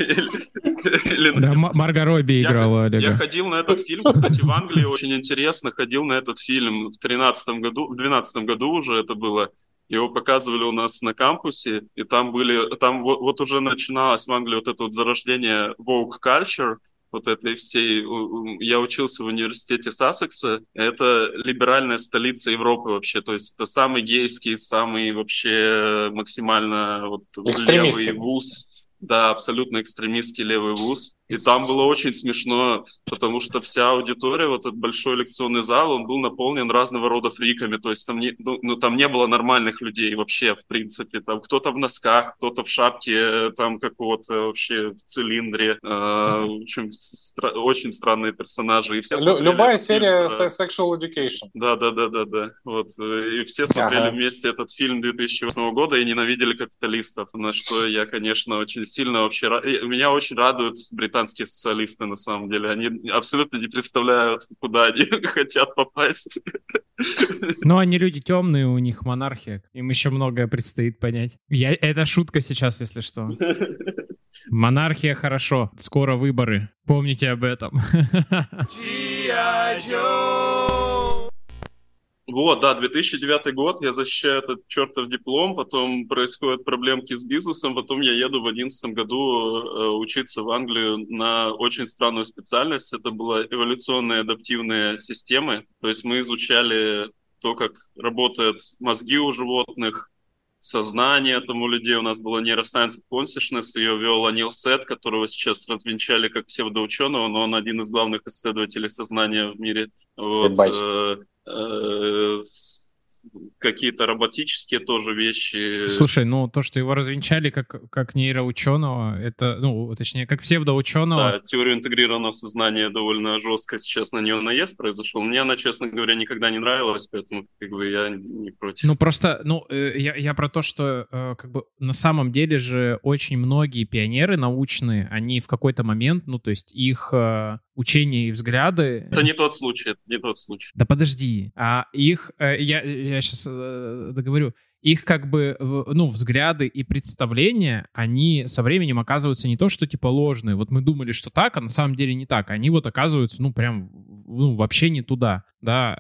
Да, Марго Робби играла Олега. Я ходил на этот фильм, кстати, в Англии, очень интересно, ходил на этот фильм в тринадцатом году, в двенадцатом году уже это было. Его показывали у нас на кампусе, и там были, там вот, вот уже начиналось в Англии вот это вот зарождение woke culture, вот этой всей... Я учился в университете Сассекса. Это либеральная столица Европы вообще. То есть это самый гейский, самый вообще максимально вот левый вуз. Да, абсолютно экстремистский левый вуз. И там было очень смешно, потому что вся аудитория, вот этот большой лекционный зал, он был наполнен разного рода фриками. То есть там не, ну, ну, там не было нормальных людей вообще, в принципе. Там кто-то в носках, кто-то в шапке, там какого-то вообще в цилиндре. Э, в общем, стра- очень странные персонажи. И все Лю- любая серия фильм, Sexual Education. Да, да, да, да, да. Вот. И все смотрели ага. вместе этот фильм две тысячи восьмого года и ненавидели капиталистов. На что я, конечно, очень сильно вообще... Меня очень радуют британские британские социалисты, на самом деле. Они абсолютно не представляют, куда они хотят попасть. Но они люди темные, у них монархия. Им еще многое предстоит понять. Я... Это шутка сейчас, если что. Монархия хорошо. Скоро выборы. Помните об этом. Вот, да, две тысячи девятый год, я защищаю этот чертов диплом, потом происходят проблемки с бизнесом, потом я еду в одиннадцатом году э, учиться в Англию на очень странную специальность. Это была эволюционные адаптивные системы, то есть мы изучали то, как работают мозги у животных, сознание там у людей. У нас была Neuroscience of Consciousness, ее вел Анил Сет, которого сейчас развенчали как псевдоученого, но он один из главных исследователей сознания в мире. Вот, э, э, какие-то роботические тоже вещи. Слушай, ну то, что его развенчали как, как нейроученого, это, ну, точнее, как псевдоученого. Да, теорию интегрированного сознания довольно жестко сейчас на нее наезд произошел. Мне она, честно говоря, никогда не нравилась, поэтому как бы я не против. Ну просто, ну, я, я про то, что как бы на самом деле же очень многие пионеры научные, они в какой-то момент, ну то есть их учения и взгляды... Это не тот случай, это не тот случай. Да подожди, а их, я, я сейчас договорю, их как бы, ну, взгляды и представления, они со временем оказываются не то, что типа ложные. Вот мы думали, что так, а на самом деле не так. Они вот оказываются, ну, прям, ну, вообще не туда, да.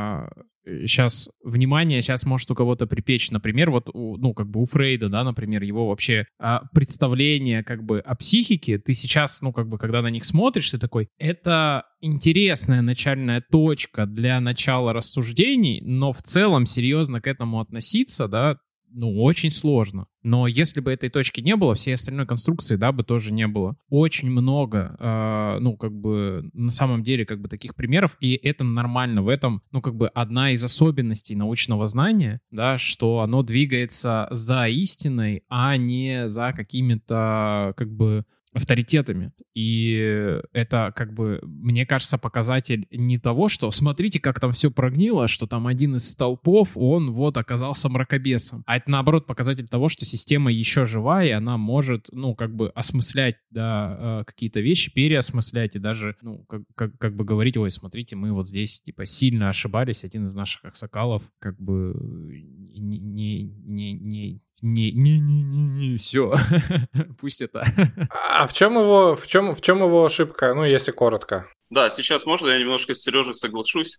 Сейчас, внимание, сейчас может у кого-то припечь, например, вот, у, ну, как бы у Фрейда, да, например, его вообще а, представление, как бы, о психике, ты сейчас, ну, как бы, когда на них смотришь, ты такой, это интересная начальная точка для начала рассуждений, но в целом серьезно к этому относиться, да, ну, очень сложно. Но если бы этой точки не было, всей остальной конструкции, да, бы тоже не было. Очень много, э, ну, как бы, на самом деле, как бы, таких примеров, и это нормально. В этом, ну, как бы, одна из особенностей научного знания, да, что оно двигается за истиной, а не за какими-то, как бы, авторитетами. И это, как бы, мне кажется, показатель не того, что смотрите, как там все прогнило, что там один из столпов, он вот оказался мракобесом. А это, наоборот, показатель того, что система еще жива, и она может, ну, как бы осмыслять, да, какие-то вещи, переосмыслять, и даже, ну, как, как, как бы говорить, ой, смотрите, мы вот здесь, типа, сильно ошибались, один из наших аксакалов, как бы, не, не, не, не Не-не-не-не-не, все, пусть это. А в чем его, в чем, в чем его ошибка, ну, если коротко? Да, сейчас можно, я немножко с Сережей соглашусь.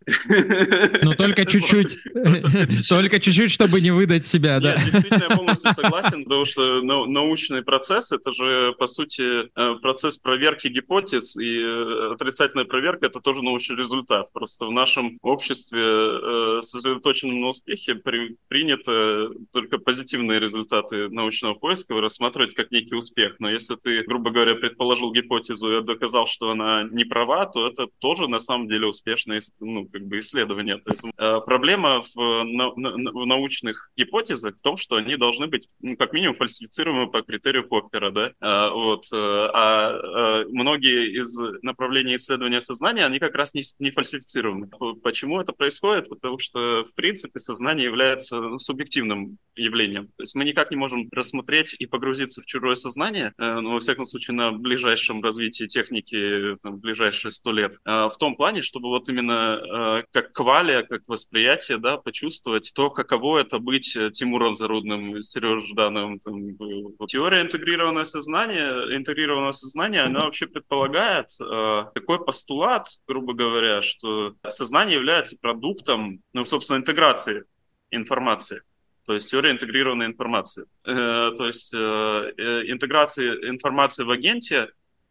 Но только чуть-чуть. Только чуть-чуть, чтобы не выдать себя, да. Нет, действительно, я полностью согласен, потому что научный процесс — это же, по сути, процесс проверки гипотез, и отрицательная проверка — это тоже научный результат. Просто в нашем обществе, сосредоточенном на успехе, принято только позитивные результаты научного поиска рассматривать как некий успех. Но если ты, грубо говоря, предположил гипотезу и доказал, что она не права, то это тоже на самом деле успешное, ну, как бы исследование. То есть, э, проблема в, на, на, в научных гипотезах в том, что они должны быть, ну, как минимум, фальсифицируемы по критерию Поппера, да. А, вот, а, а многие из направлений исследования сознания, они как раз не, не фальсифицируемы. Почему это происходит? Потому что, в принципе, сознание является субъективным явлением. То есть мы никак не можем рассмотреть и погрузиться в чужое сознание, э, ну, во всяком случае, на ближайшем развитии техники, там, в ближайшие сто лет, в том плане, чтобы вот именно как квалия, как восприятие, да, почувствовать то, каково это быть Тимуром Зарудным, Сережей Ждановым. Там. Теория интегрированного сознания, интегрированного сознания, она вообще предполагает такой постулат, грубо говоря, что сознание является продуктом, ну, собственно, интеграции информации. То есть теория интегрированной информации. То есть интеграция информации в агенте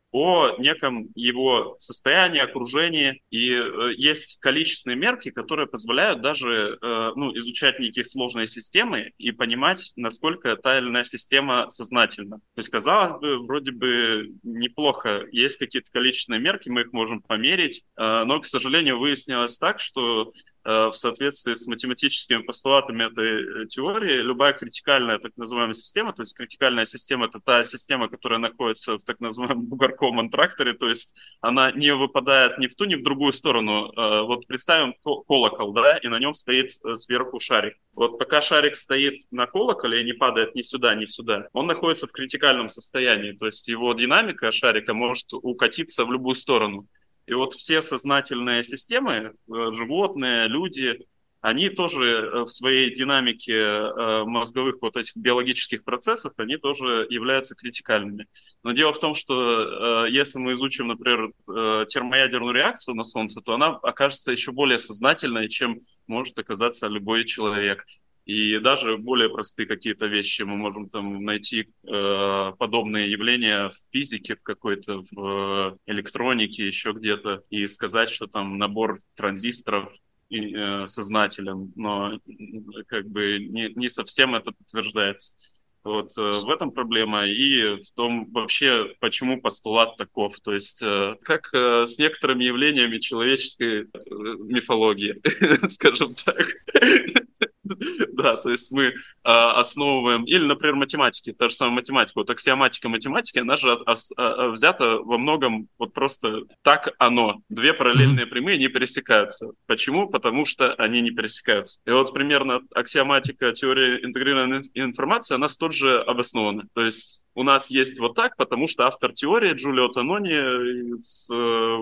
о неком его состоянии, окружении. И э, есть количественные мерки, которые позволяют даже э, ну, изучать некие сложные системы и понимать, насколько та или иная система сознательна. То есть, казалось бы, вроде бы неплохо. Есть какие-то количественные мерки, мы их можем померить, э, но, к сожалению, выяснилось так, что в соответствии с математическими постулатами этой теории, любая критикальная так называемая система, то есть критикальная система — это та система, которая находится в так называемом бугорковом антракторе, то есть она не выпадает ни в ту, ни в другую сторону. Вот представим колокол, да, и на нем стоит сверху шарик. Вот пока шарик стоит на колоколе и не падает ни сюда, ни сюда, он находится в критикальном состоянии, то есть его динамика шарика может укатиться в любую сторону. И вот все сознательные системы, животные, люди, они тоже в своей динамике мозговых вот этих биологических процессов, они тоже являются критикальными. Но дело в том, что если мы изучим, например, термоядерную реакцию на Солнце, то она окажется еще более сознательной, чем может оказаться любой человек. И даже более простые какие-то вещи мы можем там найти э, подобные явления в физике, в какой-то, в электронике, еще где-то, и сказать, что там набор транзисторов и, э, сознателен, но как бы не, не совсем это подтверждается. Вот э, в этом проблема, и в том вообще, почему постулат таков. То есть э, как э, с некоторыми явлениями человеческой э, мифологии, скажем так. Да, то есть мы а, основываем, или, например, математики, та же самая математика, вот аксиоматика математики, она же от, ос, а, взята во многом вот просто так оно. Две параллельные прямые не пересекаются. Почему? Потому что они не пересекаются. И вот примерно аксиоматика теории интегрированной информации, она столь же обоснована. То есть у нас есть вот так, потому что автор теории Джулио Тонони с...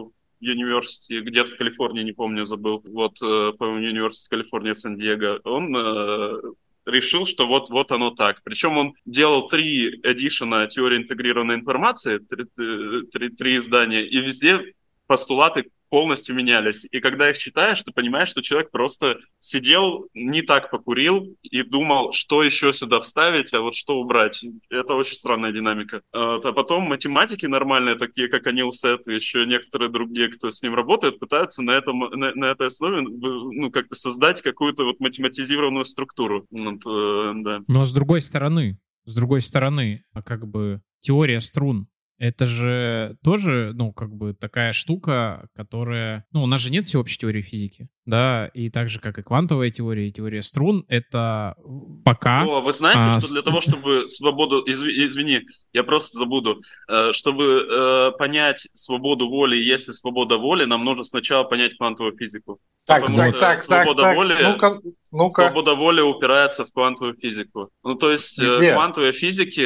University, где-то в Калифорнии, не помню, забыл, вот, по-моему, University Калифорния, Сан-Диего, он э, решил, что вот, вот оно так. Причем он делал три эдишена теории интегрированной информации, три, три, три издания, и везде постулаты полностью менялись. И когда их читаешь, ты понимаешь, что человек просто сидел, не так покурил и думал, что еще сюда вставить, а вот что убрать. Это очень странная динамика. А потом математики нормальные, такие как Анил Сет и еще некоторые другие, кто с ним работает, пытаются на, этом, на, на этой основе ну, как-то создать какую-то вот математизированную структуру. Вот, э, да. Но с другой стороны, с другой стороны, как бы теория струн, это же тоже, ну, как бы такая штука, которая... Ну, у нас же нет всеобщей теории физики, да, и так же, как и квантовая теория, и теория струн, это пока... О, вы знаете, а, что для того, чтобы свободу... Изв... Извини, я просто забуду. Чтобы э, понять свободу воли, если свобода воли, нам нужно сначала понять квантовую физику. Так, Потому так, что так, свобода так, воли... ну-ка, ну-ка. Свобода воли упирается в квантовую физику. Ну, то есть Где? квантовые физики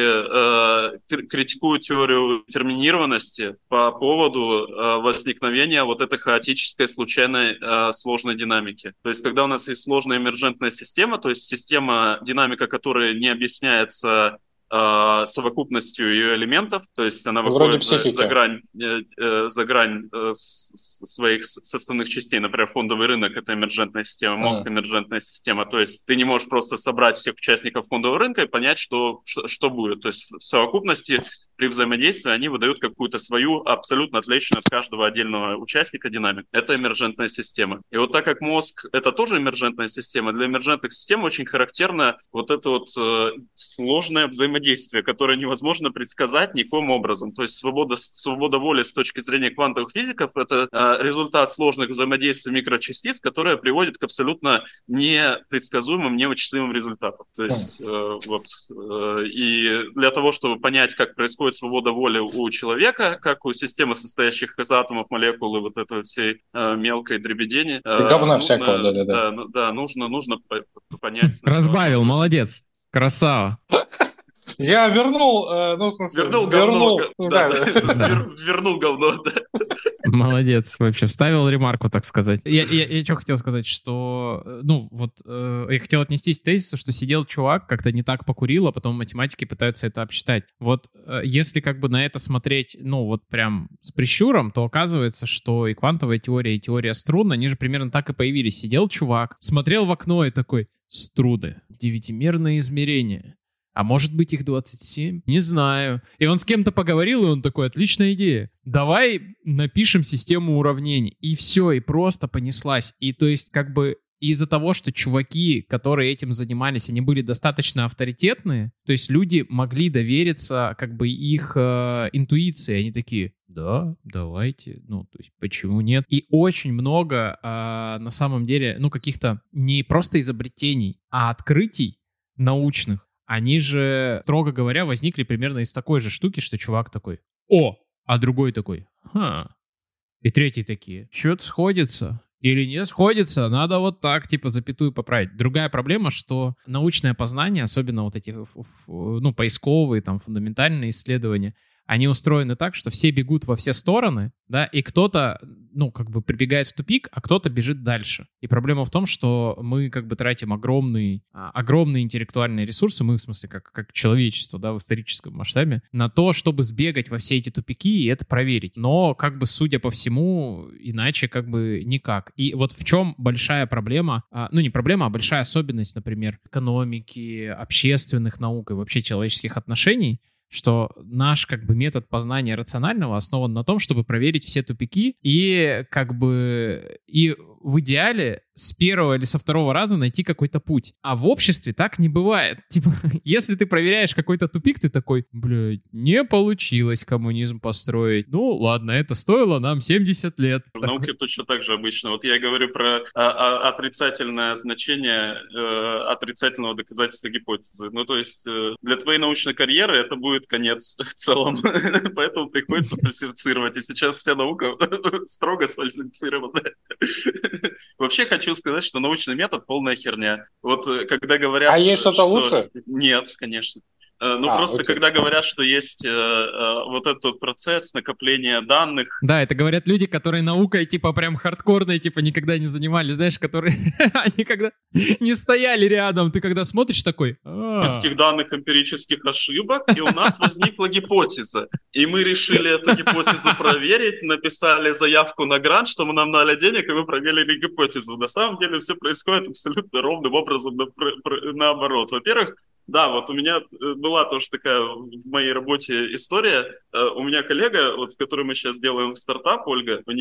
э, критикуют теорию детерминированности по поводу э, возникновения вот этой хаотической случайной э, сложной динамики. То есть когда у нас есть сложная эмержентная система, то есть система, динамика которой не объясняется э, совокупностью ее элементов, то есть она выходит за, за грань, э, э, за грань э, с, своих составных частей. Например, фондовый рынок — это эмержентная система, мозг — эмержентная система. То есть ты не можешь просто собрать всех участников фондового рынка и понять, что, что, что будет. То есть в совокупности при взаимодействии они выдают какую-то свою абсолютно отличную от каждого отдельного участника динамику. Это эмержентная система. И вот так как мозг — это тоже эмержентная система, для эмержентных систем очень характерно вот это вот э, сложное взаимодействие, которое невозможно предсказать никаким образом. То есть свобода, свобода воли с точки зрения квантовых физиков — это э, результат сложных взаимодействий микрочастиц, которое приводит к абсолютно непредсказуемым, невычислимым результатам. То есть э, вот э, и для того, чтобы понять, как происходит свобода воли у человека, как у системы, состоящих из атомов, молекул и вот этой всей э, мелкой дребедени. Э, говна всякого, да-да-да. Да, да, нужно, нужно понять. Разбавил, молодец, красава. Я вернул, э, ну, в смысле, вернул, вернул, говно, да, да, да. да. Вер, вернул говно, да. Молодец, вообще, вставил ремарку, так сказать. Я, я, я что хотел сказать, что, ну, вот, э, я хотел отнестись к тезису, что сидел чувак, как-то не так покурил, а потом математики пытаются это обсчитать. Вот, э, если как бы на это смотреть, ну, вот прям с прищуром, то оказывается, что и квантовая теория, и теория струн, они же примерно так и появились. Сидел чувак, смотрел в окно и такой: струны, девятимерные измерения. А может быть их двадцать семь? Не знаю. И он с кем-то поговорил, и он такой: отличная идея. Давай напишем систему уравнений. И все, и просто понеслась. И то есть как бы из-за того, что чуваки, которые этим занимались, они были достаточно авторитетные, то есть люди могли довериться как бы их э, интуиции. Они такие: да, давайте, ну, то есть почему нет? И очень много э, на самом деле, ну, каких-то не просто изобретений, а открытий научных, они же, строго говоря, возникли примерно из такой же штуки, что чувак такой: о, а другой такой: ха. И третий такие: что-то сходится или не сходится, надо вот так, типа, запятую поправить. Другая проблема, что научное познание, особенно вот эти, ну, поисковые, там, фундаментальные исследования, они устроены так, что все бегут во все стороны, да, и кто-то, ну, как бы прибегает в тупик, а кто-то бежит дальше. И проблема в том, что мы как бы тратим огромный, огромные интеллектуальные ресурсы, мы в смысле как, как человечество, да, в историческом масштабе, на то, чтобы сбегать во все эти тупики и это проверить. Но, как бы, судя по всему, иначе как бы никак. И вот в чем большая проблема, ну, не проблема, а большая особенность, например, экономики, общественных наук и вообще человеческих отношений, что наш как бы метод познания рационального основан на том, чтобы проверить все тупики и как бы и в идеале с первого или со второго раза найти какой-то путь. А в обществе так не бывает. Типа, если ты проверяешь какой-то тупик, ты такой, блядь, не получилось коммунизм построить. Ну, ладно, это стоило нам семьдесят лет. В науке такой... точно так же обычно. Вот я говорю про а, а, отрицательное значение э, отрицательного доказательства гипотезы. Ну, то есть э, для твоей научной карьеры это будет конец в целом. Поэтому приходится фальсифицировать. И сейчас вся наука строго сфальсифицирована. Вообще хочу сказать, что научный метод полная херня. Вот когда говорят... А есть что-то что... лучше? Нет, конечно. Ну, а, просто окей. когда говорят, что есть э, э, вот этот процесс накопления данных... Да, это говорят люди, которые наукой, типа, прям хардкорной, типа, никогда не занимались, знаешь, которые никогда не стояли рядом. Ты когда смотришь такой... Эмпирических данных, эмпирических ошибок, и у нас возникла гипотеза. И мы решили эту гипотезу проверить, написали заявку на грант, что мы нам дали денег, и мы проверили гипотезу. На самом деле все происходит абсолютно ровным образом наоборот. Во-первых, да, вот у меня была тоже такая в моей работе история. У меня коллега, вот с которой мы сейчас делаем стартап, Ольга, у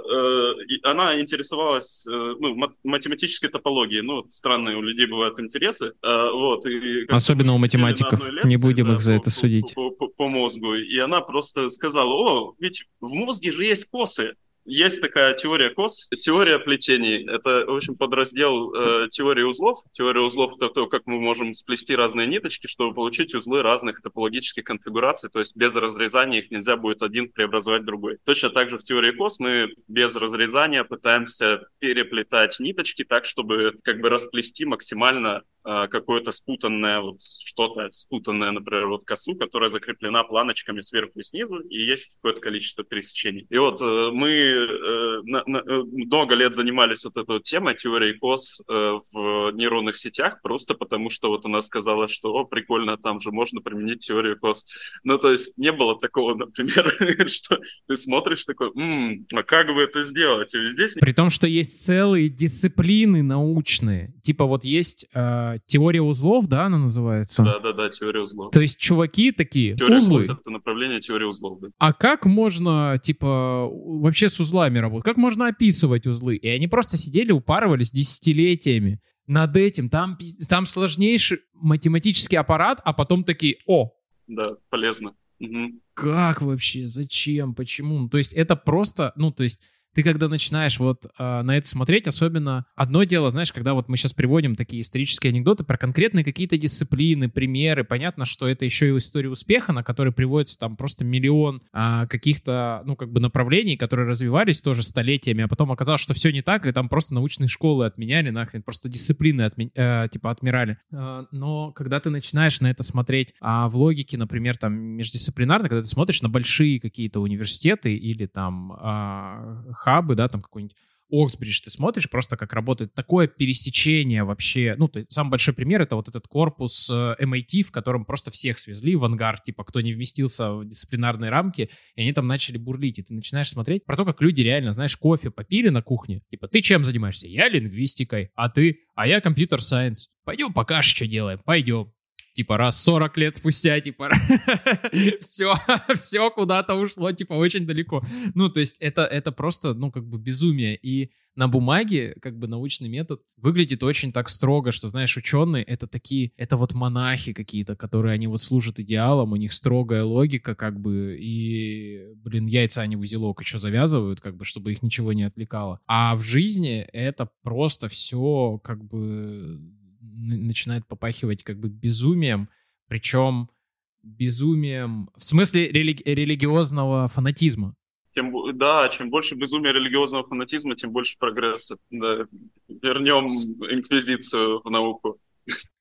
нее, она интересовалась ну, математической топологией. Ну, странные у людей бывают интересы. Вот, и особенно у математиков. Лекции, не будем да, их за по, это судить. По, по, по мозгу. И она просто сказала, о, ведь в мозге же есть косы. Есть такая теория кос, теория плетений. Это, в общем, подраздел э, теории узлов. Теория узлов — это то, как мы можем сплести разные ниточки, чтобы получить узлы разных топологических конфигураций. То есть без разрезания их нельзя будет один преобразовать в другой. Точно так же в теории кос мы без разрезания пытаемся переплетать ниточки так, чтобы как бы расплести максимально э, какое-то спутанное, вот что-то спутанное, например, вот косу, которая закреплена планочками сверху и снизу, и есть какое-то количество пересечений. И вот э, мы На, на, много лет занимались вот этой вот темой теории кос э, в нейронных сетях, просто потому что вот она сказала, что о, прикольно, там же можно применить теорию кос. Ну, то есть не было такого, например, что ты смотришь такой, м-м, а как бы это сделать? И здесь... При том, что есть целые дисциплины научные. Типа вот есть э, теория узлов, да, она называется? Да-да-да, теория узлов. То есть чуваки такие, теория узлы. Теория кос — это направление теории узлов, да. А как можно, типа, вообще с узлами работать? Как можно описывать узлы? И они просто сидели, упарывались десятилетиями над этим. Там, там сложнейший математический аппарат, а потом такие, о! Да, полезно. Угу. Как вообще? Зачем? Почему? То есть это просто, ну, то есть ты когда начинаешь вот э, на это смотреть, особенно одно дело, знаешь, когда вот мы сейчас приводим такие исторические анекдоты про конкретные какие-то дисциплины, примеры, понятно, что это еще и история успеха, на которой приводится там просто миллион э, каких-то, ну, как бы направлений, которые развивались тоже столетиями, а потом оказалось, что все не так, и там просто научные школы отменяли нахрен, просто дисциплины отми- э, типа отмирали. Э, но когда ты начинаешь на это смотреть а в логике, например, там междисциплинарно, когда ты смотришь на большие какие-то университеты или там э, хабы, да, там какой-нибудь Оксбридж, ты смотришь просто, как работает такое пересечение вообще. Ну, ты, самый большой пример — это вот этот корпус э, эм ай ти, в котором просто всех свезли в ангар, типа, кто не вместился в дисциплинарные рамки, и они там начали бурлить. И ты начинаешь смотреть про то, как люди реально, знаешь, кофе попили на кухне. Типа, ты чем занимаешься? Я лингвистикой. А ты? А я компьютер-сайенс. Пойдем покажешь, что делаем. Пойдем. Типа, раз сорок лет спустя, типа, все, все куда-то ушло, типа, очень далеко. Ну, то есть это, это просто, ну, как бы безумие. И на бумаге, как бы, научный метод выглядит очень так строго, что, знаешь, ученые — это такие, это вот монахи какие-то, которые, они вот служат идеалам, у них строгая логика, как бы, и, блин, яйца они в узелок еще завязывают, как бы, чтобы их ничего не отвлекало. А в жизни это просто все, как бы... начинает попахивать как бы безумием, причем безумием в смысле рели- религиозного фанатизма. Тем, да, чем больше безумия религиозного фанатизма, тем больше прогресса. Да. Вернем инквизицию в науку.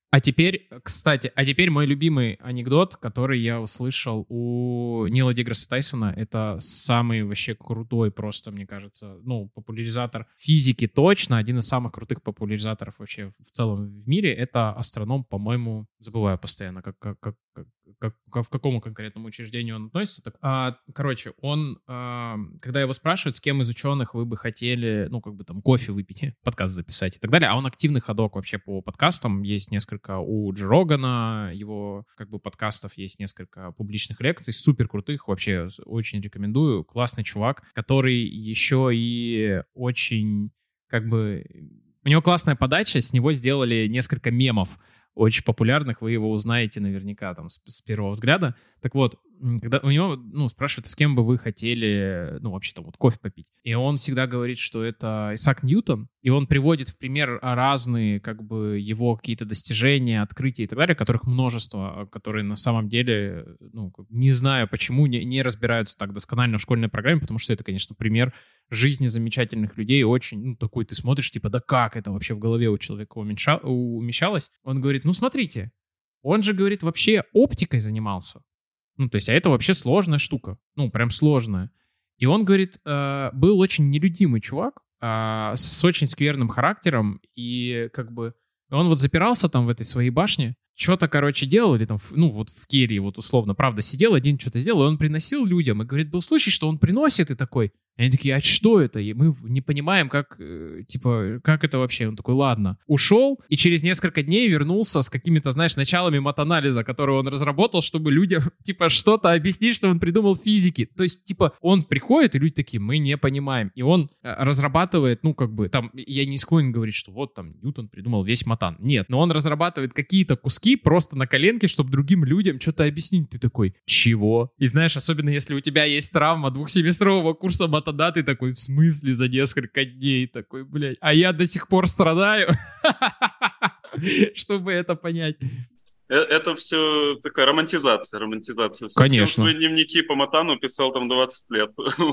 А теперь, кстати, а теперь мой любимый анекдот, который я услышал у Нила Деграсса Тайсона. Это самый вообще крутой просто, мне кажется, ну, популяризатор физики точно, один из самых крутых популяризаторов вообще в целом в мире. Это астроном, по-моему, забываю постоянно, как, как, как, как, как, в какому конкретному учреждению он относится. Так, а, короче, он, а, когда его спрашивают, с кем из ученых вы бы хотели, ну, как бы там кофе выпить, подкаст записать и так далее, а он активный ходок вообще по подкастам, есть несколько у Джо Рогана, его как бы подкастов есть несколько публичных лекций, супер крутых, вообще очень рекомендую, классный чувак, который еще и очень как бы... У него классная подача, с него сделали несколько мемов, очень популярных, вы его узнаете наверняка там с, с первого взгляда. Так вот, когда у него, ну, спрашивают, с кем бы вы хотели, ну, вообще там вот кофе попить. И он всегда говорит, что это Исаак Ньютон, и он приводит в пример разные, как бы, его какие-то достижения, открытия и так далее, которых множество, которые на самом деле, ну, не знаю почему, не, не разбираются так досконально в школьной программе, потому что это, конечно, пример жизни замечательных людей, очень, ну, такой ты смотришь, типа, да как это вообще в голове у человека уменьша... умещалось? Он говорит, ну, смотрите, он же, говорит, вообще оптикой занимался. Ну, то есть, а это вообще сложная штука. Ну, прям сложная. И он, говорит, э, был очень нелюдимый чувак, э, с очень скверным характером, и как бы он вот запирался там в этой своей башне, что-то, короче, делал, или там, ну, вот в Керри, вот условно, правда, сидел, один что-то сделал, и он приносил людям, и, говорит, был случай, что он приносит, и такой, и они такие, а что это? И мы не понимаем, как, э, типа, как это вообще? Он такой, ладно. Ушел, и через несколько дней вернулся с какими-то, знаешь, началами матанализа, который он разработал, чтобы людям, типа, что-то объяснить, что он придумал физики. То есть, типа, он приходит, и люди такие, мы не понимаем. И он разрабатывает, ну, как бы, там, я не склонен говорить, что вот, там, Ньютон придумал весь матан. Нет, но он разрабатывает какие-то куски просто на коленке, чтобы другим людям что-то объяснить. Ты такой, чего? И знаешь, особенно если у тебя есть травма двухсеместрового курса матана, да, ты такой, в смысле, за несколько дней, такой, блядь, а я до сих пор страдаю, чтобы это понять. Это все такая романтизация, романтизация. Конечно. Он свои дневники по Матану писал там двадцать лет.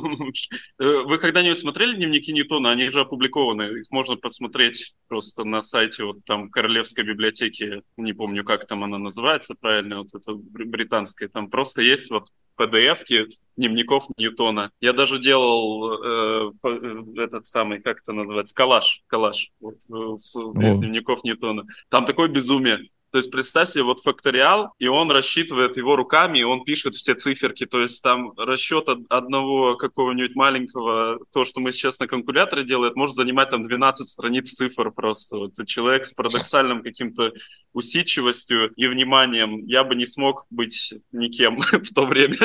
Вы когда-нибудь смотрели дневники Ньютона? Они же опубликованы. Их можно посмотреть просто на сайте вот там Королевской библиотеки. Не помню, как там она называется правильно, вот это британская. Там просто есть вот пи ди эф-ки дневников Ньютона. Я даже делал э, этот самый, как это называется, коллаж, коллаж вот, с, из дневников Ньютона. Там такое безумие. То есть представь себе, вот факториал, и он рассчитывает его руками, и он пишет все циферки. То есть там расчет одного какого-нибудь маленького, то, что мы сейчас на калькуляторе делаем, может занимать там двенадцать страниц цифр просто. Вот человек с парадоксальным каким-то усидчивостью и вниманием. Я бы не смог быть никем в то время.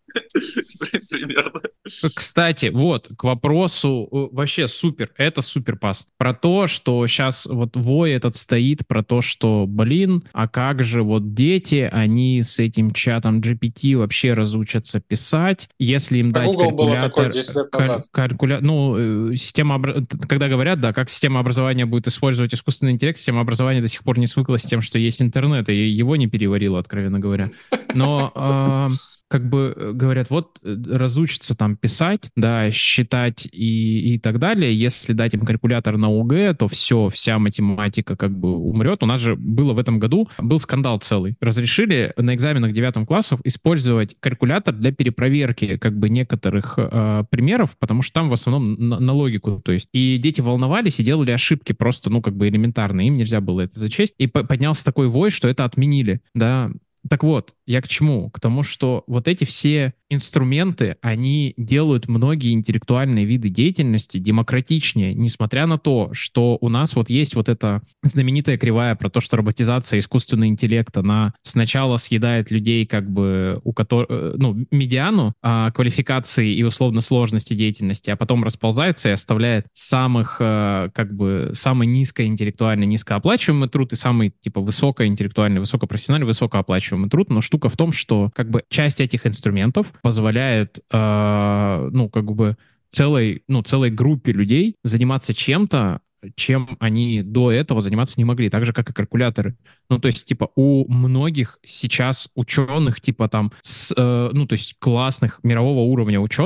Примерно. Кстати, вот, к вопросу, вообще супер, это суперпас. Про то, что сейчас вот вой этот стоит, про то, что, блин, а как же вот дети, они с этим чатом джи пи ти вообще разучатся писать, если им а дать Google калькулятор... было такое десять лет назад. Калькуля... Ну, система, когда говорят, да, как система образования будет использовать искусственный интеллект, система образования до сих пор не свыклась с тем, что есть интернет, и его не переварила, откровенно говоря. Но э, как бы говорят, вот разучатся там писать, да, считать и, и так далее. Если дать им калькулятор на ОГЭ, то все, вся математика как бы умрет. У нас же было в этом году, был скандал целый. Разрешили на экзаменах девятом классов использовать калькулятор для перепроверки как бы некоторых э, примеров, потому что там в основном на, на логику, то есть. И дети волновались и делали ошибки просто, ну, как бы элементарные. Им нельзя было это зачесть. И по- поднялся такой вой, что это отменили, да. Так вот, я к чему? К тому, что вот эти все инструменты, они делают многие интеллектуальные виды деятельности демократичнее, несмотря на то, что у нас вот есть вот эта знаменитая кривая про то, что роботизация искусственного интеллекта, она сначала съедает людей как бы, у которых, ну, медиану а, квалификации и условно сложности деятельности, а потом расползается и оставляет самых, а, как бы, самый низкоинтеллектуальный, низкооплачиваемый труд и самый, типа, высокоинтеллектуальный, высокопрофессиональный, высокооплачиваемый труд. Но штука в том, что, как бы, часть этих инструментов позволяет, э, ну, как бы целой, ну, целой группе людей заниматься чем-то, чем они до этого заниматься не могли, так же, как и калькуляторы. Ну, то есть, типа, у многих сейчас ученых, типа, там, с, э, ну, то есть, классных мирового уровня ученых,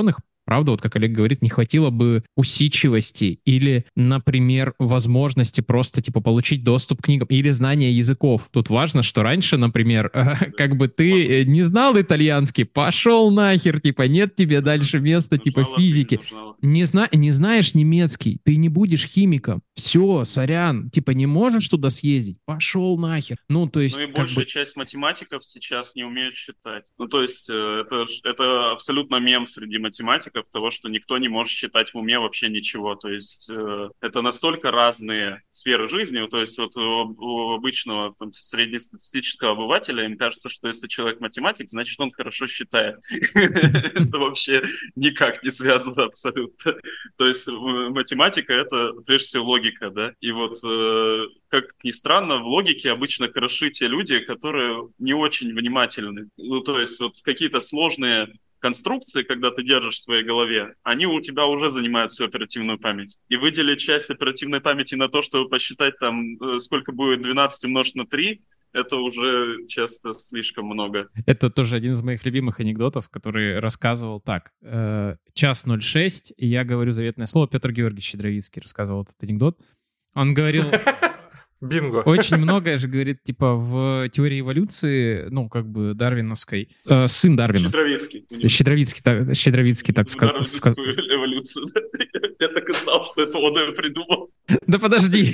правда, вот как Олег говорит, не хватило бы усидчивости или, например, возможности просто, типа, получить доступ к книгам или знания языков. Тут важно, что раньше, например, как бы ты не знал итальянский, пошел нахер, типа, нет тебе дальше места, типа, физики. Не, зна не знаешь немецкий, ты не будешь химиком. Все, сорян, типа, не можешь туда съездить, пошел нахер. Ну, то есть... Ну и большая бы... часть математиков сейчас не умеют считать. Ну, то есть это, это абсолютно мем среди математиков того, что никто не может считать в уме вообще ничего. То есть это настолько разные сферы жизни. То есть вот у, у обычного там, среднестатистического обывателя им кажется, что если человек математик, значит он хорошо считает. Это вообще никак не связано абсолютно. То есть математика — это прежде всего логика, да. И вот, как ни странно, в логике обычно хороши те люди, которые не очень внимательны. Ну, то есть вот какие-то сложные конструкции, когда ты держишь в своей голове, они у тебя уже занимают всю оперативную память. И выделить часть оперативной памяти на то, чтобы посчитать там, сколько будет двенадцать умножить на три, это уже часто слишком много. Это тоже один из моих любимых анекдотов, который рассказывал так. Э, час ноль шесть, и я говорю заветное слово. Петр Георгиевич Щедровицкий рассказывал этот анекдот. Он говорил... Бинго. Очень многое же, говорит, типа в теории эволюции, ну, как бы дарвиновской, э, сын Дарвина. Щедровицкий. Щедровицкий, так, Щедровицкий, так сказал. Дарвиновскую эволюцию. Я так и знал, что это он ее придумал. Да подожди.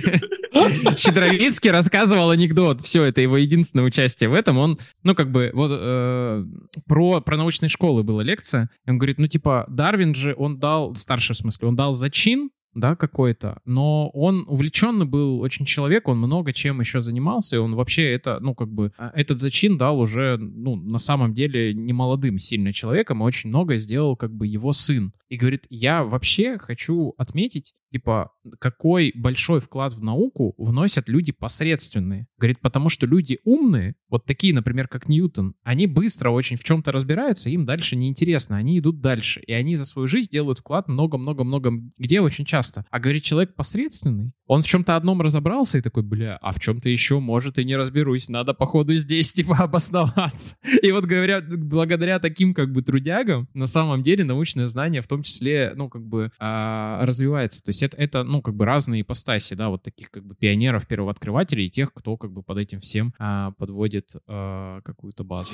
Щедровицкий рассказывал анекдот. Все, это его единственное участие в этом. Он, ну, как бы, вот э, про, про научные школы была лекция. Он говорит, ну, типа, Дарвин же, он дал, старший в смысле, он дал зачин, да, какой-то, но он увлеченный был очень человек, он много чем еще занимался, и он вообще это, ну, как бы, этот зачин дал уже, ну, на самом деле, не молодым сильно человеком, и очень многое сделал, как бы, его сын. И говорит, я вообще хочу отметить, типа, какой большой вклад в науку вносят люди посредственные. Говорит, потому что люди умные, вот такие, например, как Ньютон, они быстро очень в чем-то разбираются, им дальше неинтересно, они идут дальше. И они за свою жизнь делают вклад много-много-много, где очень часто. А говорит, человек посредственный, он в чем-то одном разобрался и такой, бля, а в чем-то еще, может, и не разберусь, надо, походу, здесь, типа, обосноваться. И вот, говорят, благодаря таким, как бы, трудягам, на самом деле научное знание в том числе, ну, как бы, а, развивается. То есть это, это, ну, как бы, разные ипостаси, да, вот таких, как бы, пионеров, первооткрывателей и тех, кто, как бы, под этим всем а, подводит а, какую-то базу.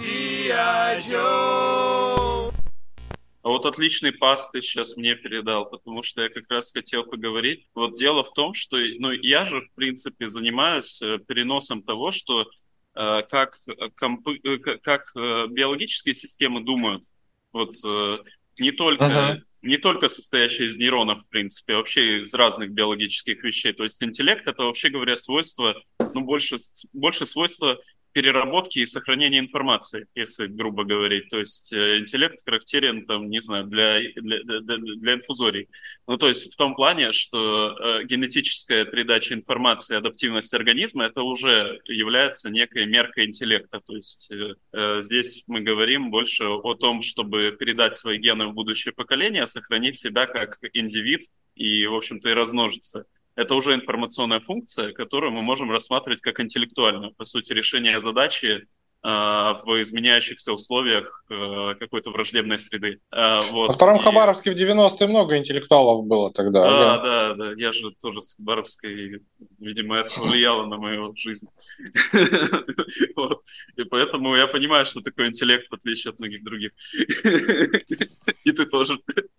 А вот отличный пас ты сейчас мне передал, потому что я как раз хотел поговорить. Вот дело в том, что, ну, я же, в принципе, занимаюсь переносом того, что э, как, компы, э, как э, биологические системы думают. Вот э, не только... Uh-huh. Не только состоящие из нейронов, в принципе, а вообще из разных биологических вещей. То есть интеллект — это, вообще говоря, свойство, ну, больше, больше свойства переработки и сохранения информации, если грубо говорить. То есть э, интеллект характерен, там, не знаю, для, для, для, для инфузорий. Ну, то есть в том плане, что э, генетическая передача информации, адаптивность организма — это уже является некой меркой интеллекта. То есть э, э, здесь мы говорим больше о том, чтобы передать свои гены в будущее поколение, сохранить себя как индивид и, в общем-то, и размножиться. Это уже информационная функция, которую мы можем рассматривать как интеллектуальную. По сути, решение задачи э, в изменяющихся условиях э, какой-то враждебной среды. Э, вот. На втором и... Хабаровске в девяностые много интеллектуалов было тогда. Да, ага. да, да. Я же тоже с Хабаровской, видимо, это повлияло на мою жизнь. И поэтому я понимаю, что такое интеллект, в отличие от многих других. И ты тоже.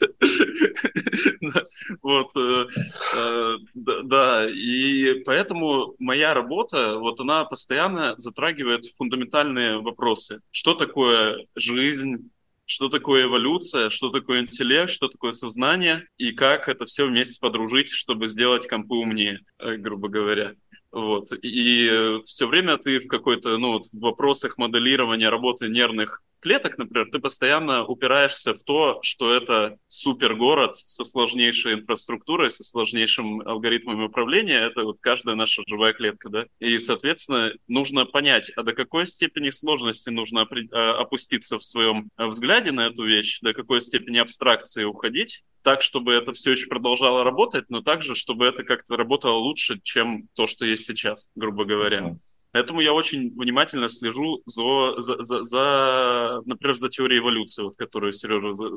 Вот, э, э, да, и поэтому моя работа, вот она постоянно затрагивает фундаментальные вопросы. Что такое жизнь, что такое эволюция, что такое интеллект, что такое сознание, и как это все вместе подружить, чтобы сделать компы умнее, грубо говоря. Вот. И все время ты в какой-то, ну, вот в вопросах моделирования работы нервных клеток, например, ты постоянно упираешься в то, что это супергород со сложнейшей инфраструктурой, со сложнейшим алгоритмами управления. Это вот каждая наша живая клетка, да. И, соответственно, нужно понять, а до какой степени сложности нужно опуститься в своем взгляде на эту вещь, до какой степени абстракции уходить, так, чтобы это все еще продолжало работать, но также, чтобы это как-то работало лучше, чем то, что есть сейчас, грубо говоря. Поэтому я очень внимательно слежу за, за, за, за например, за теорией эволюции, вот, которую Сережа за,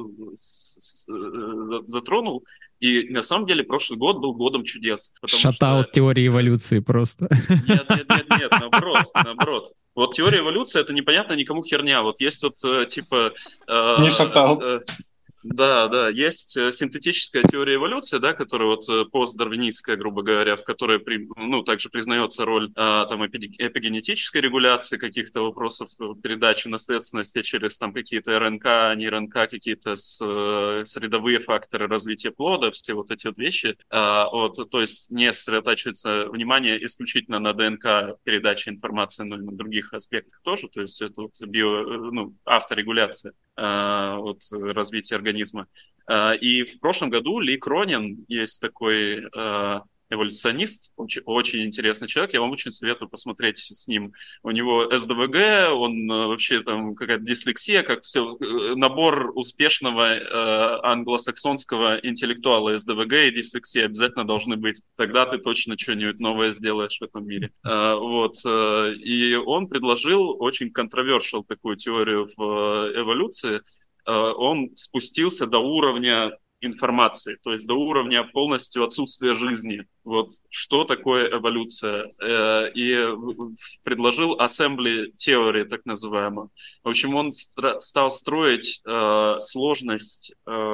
за, затронул. И на самом деле прошлый год был годом чудес. Шатаут теории эволюции просто. Нет, нет, нет, нет, наоборот, наоборот. Вот теория эволюции — это непонятно никому херня. Вот есть вот типа... Э, Не шатаут. Э, Да, да, есть синтетическая теория эволюции, да, которая вот постдарвинистская, грубо говоря, в которой, ну, также признается роль а, там эпигенетической регуляции каких-то вопросов передачи наследственности через там какие-то РНК, не РНК, какие-то с, средовые факторы развития плода, все вот эти вот вещи. А, вот, то есть не сосредотачивается внимание исключительно на ДНК передаче информации, но и на других аспектах тоже, то есть это вот био, ну, авторегуляция от развития организма. И в прошлом году Ли Кронин, есть такой эволюционист, очень, очень интересный человек, я вам очень советую посмотреть с ним. У него эс дэ вэ гэ, он вообще там какая-то дислексия, как все, набор успешного э, англосаксонского интеллектуала. эс дэ вэ гэ и дислексия обязательно должны быть. Тогда ты точно что-нибудь новое сделаешь в этом мире. Э, вот. И он предложил очень controversial такую теорию в эволюции. Э, он спустился до уровня информации, то есть до уровня полностью отсутствия жизни. Вот что такое эволюция? И предложил assembly theory, так называемую. В общем, он стал строить сложность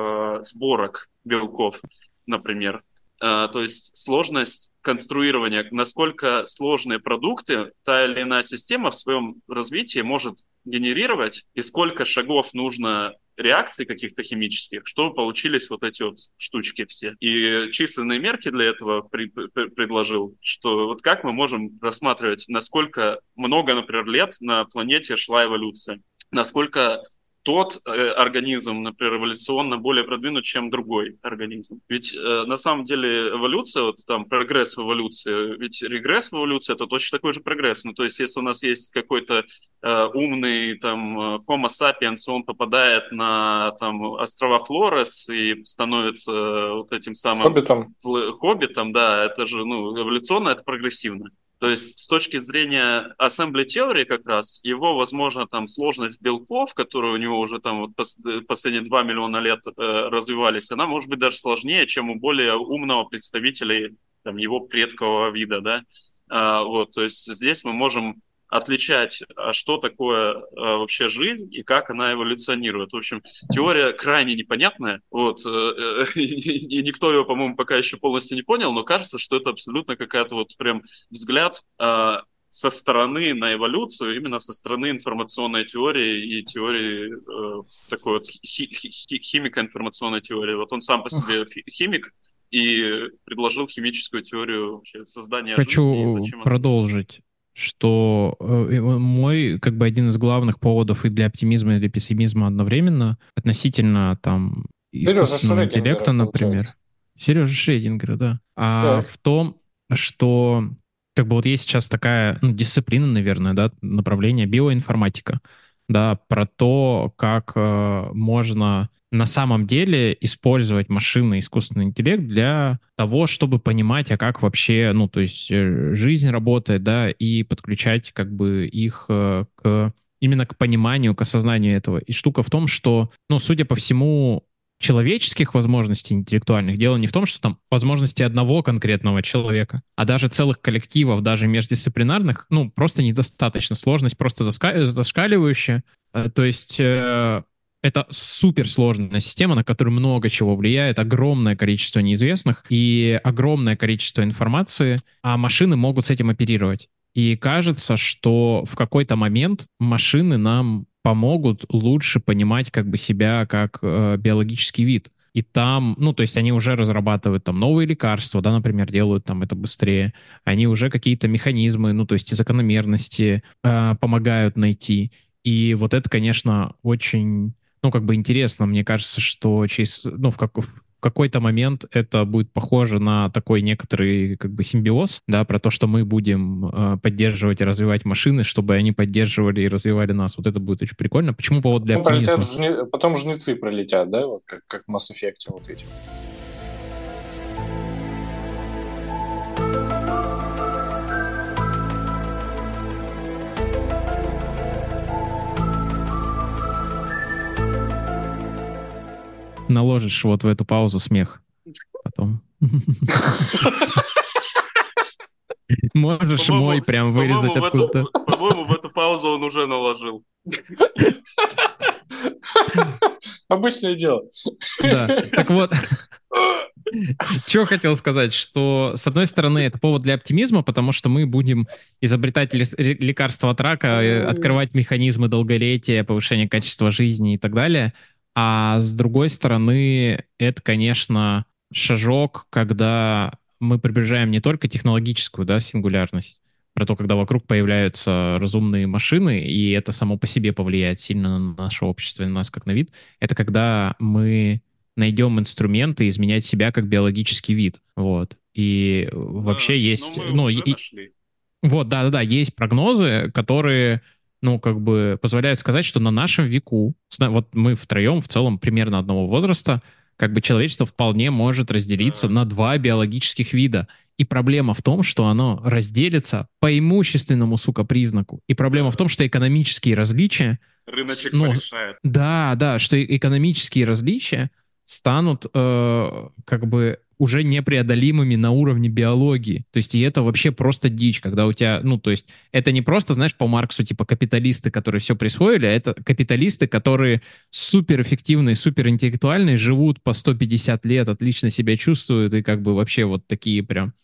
сборок белков, например. То есть сложность конструирования, насколько сложные продукты та или иная система в своем развитии может генерировать, и сколько шагов нужно реакций каких-то химических, чтобы получились вот эти вот штучки все. И численные мерки для этого при, при, предложил, что вот как мы можем рассматривать, насколько много, например, лет на планете шла эволюция, насколько тот э, организм, например, эволюционно более продвинут, чем другой организм. Ведь э, на самом деле эволюция, вот там прогресс в эволюции, ведь регресс в эволюции — это точно такой же прогресс. Ну, то есть если у нас есть какой-то э, умный там Homo sapiens, он попадает на там острова Флорес и становится вот этим самым... Хоббитом. Хоббитом, да, это же, ну, эволюционно это прогрессивно. То есть с точки зрения assembly теории как раз, его, возможно, там сложность белков, которые у него уже там вот последние два миллиона лет э, развивались, она может быть даже сложнее, чем у более умного представителя там, его предкового вида, да. А, вот, то есть здесь мы можем отличать, а что такое а, вообще жизнь и как она эволюционирует. В общем, теория крайне непонятная, вот, э, и, и никто ее, по-моему, пока еще полностью не понял, но кажется, что это абсолютно какая-то вот прям взгляд э, со стороны на эволюцию, именно со стороны информационной теории и теории э, такой вот хи- хи- химико-информационной теории. Вот он сам по себе химик и предложил химическую теорию вообще создания Хочу жизни. Хочу зачем продолжить. Что э, мой, как бы, один из главных поводов и для оптимизма, и для пессимизма одновременно относительно там искусственного интеллекта, например. Получается. Сережа Шрёдингера, да. А так. в том, что как бы вот есть сейчас такая, ну, дисциплина, наверное, да, направление биоинформатика, да, про то, как э, можно на самом деле использовать машинный искусственный интеллект для того, чтобы понимать, а как вообще, ну, то есть жизнь работает, да, и подключать как бы их э, к именно к пониманию, к осознанию этого. И штука в том, что, ну, судя по всему, человеческих возможностей интеллектуальных дело не в том, что там возможности одного конкретного человека, а даже целых коллективов, даже междисциплинарных, ну, просто недостаточно. Сложность просто заска- зашкаливающая. То есть э, это суперсложная система, на которую много чего влияет, огромное количество неизвестных и огромное количество информации, а машины могут с этим оперировать. И кажется, что в какой-то момент машины нам помогут лучше понимать как бы себя как э, биологический вид. И там, ну, то есть они уже разрабатывают там новые лекарства, да, например, делают там это быстрее. Они уже какие-то механизмы, ну, то есть и закономерности э, помогают найти. И вот это, конечно, очень, ну, как бы интересно. Мне кажется, что через, ну, в, как, в какой-то момент это будет похоже на такой некоторый как бы симбиоз, да, про то, что мы будем э, поддерживать и развивать машины, чтобы они поддерживали и развивали нас. Вот это будет очень прикольно. Почему повод для потом оптимизма? Жне... Потом жнецы пролетят, да, вот как, как в Mass Effect вот эти. наложишь вот в эту паузу смех потом. Можешь мой прям вырезать откуда-то. По-моему, в эту паузу он уже наложил. Обычное дело. Да, так вот. Что хотел сказать, что, с одной стороны, это повод для оптимизма, потому что мы будем изобретать лекарства от рака, открывать механизмы долголетия, повышения качества жизни и так далее. А с другой стороны, это, конечно, шажок, когда мы приближаем не только технологическую, да, сингулярность, про то, когда вокруг появляются разумные машины, и это само по себе повлияет сильно на наше общество и на нас как на вид. Это когда мы найдем инструменты изменять себя как биологический вид. Вот. И да, вообще есть... Мы ну, уже и, нашли. Вот, да-да-да, есть прогнозы, которые, ну, как бы позволяют сказать, что на нашем веку, вот мы втроем в целом примерно одного возраста, как бы человечество вполне может разделиться да. на два биологических вида. И проблема в том, что оно разделится по имущественному, сука, признаку. И проблема да. в том, что экономические различия... Рыночек ну, порешает. Да, да, что экономические различия станут э, как бы уже непреодолимыми на уровне биологии. То есть и это вообще просто дичь, когда у тебя, ну, то есть это не просто, знаешь, по Марксу, типа капиталисты, которые все присвоили, а это капиталисты, которые суперэффективные, суперинтеллектуальные, живут по сто пятьдесят лет, отлично себя чувствуют и как бы вообще вот такие прям...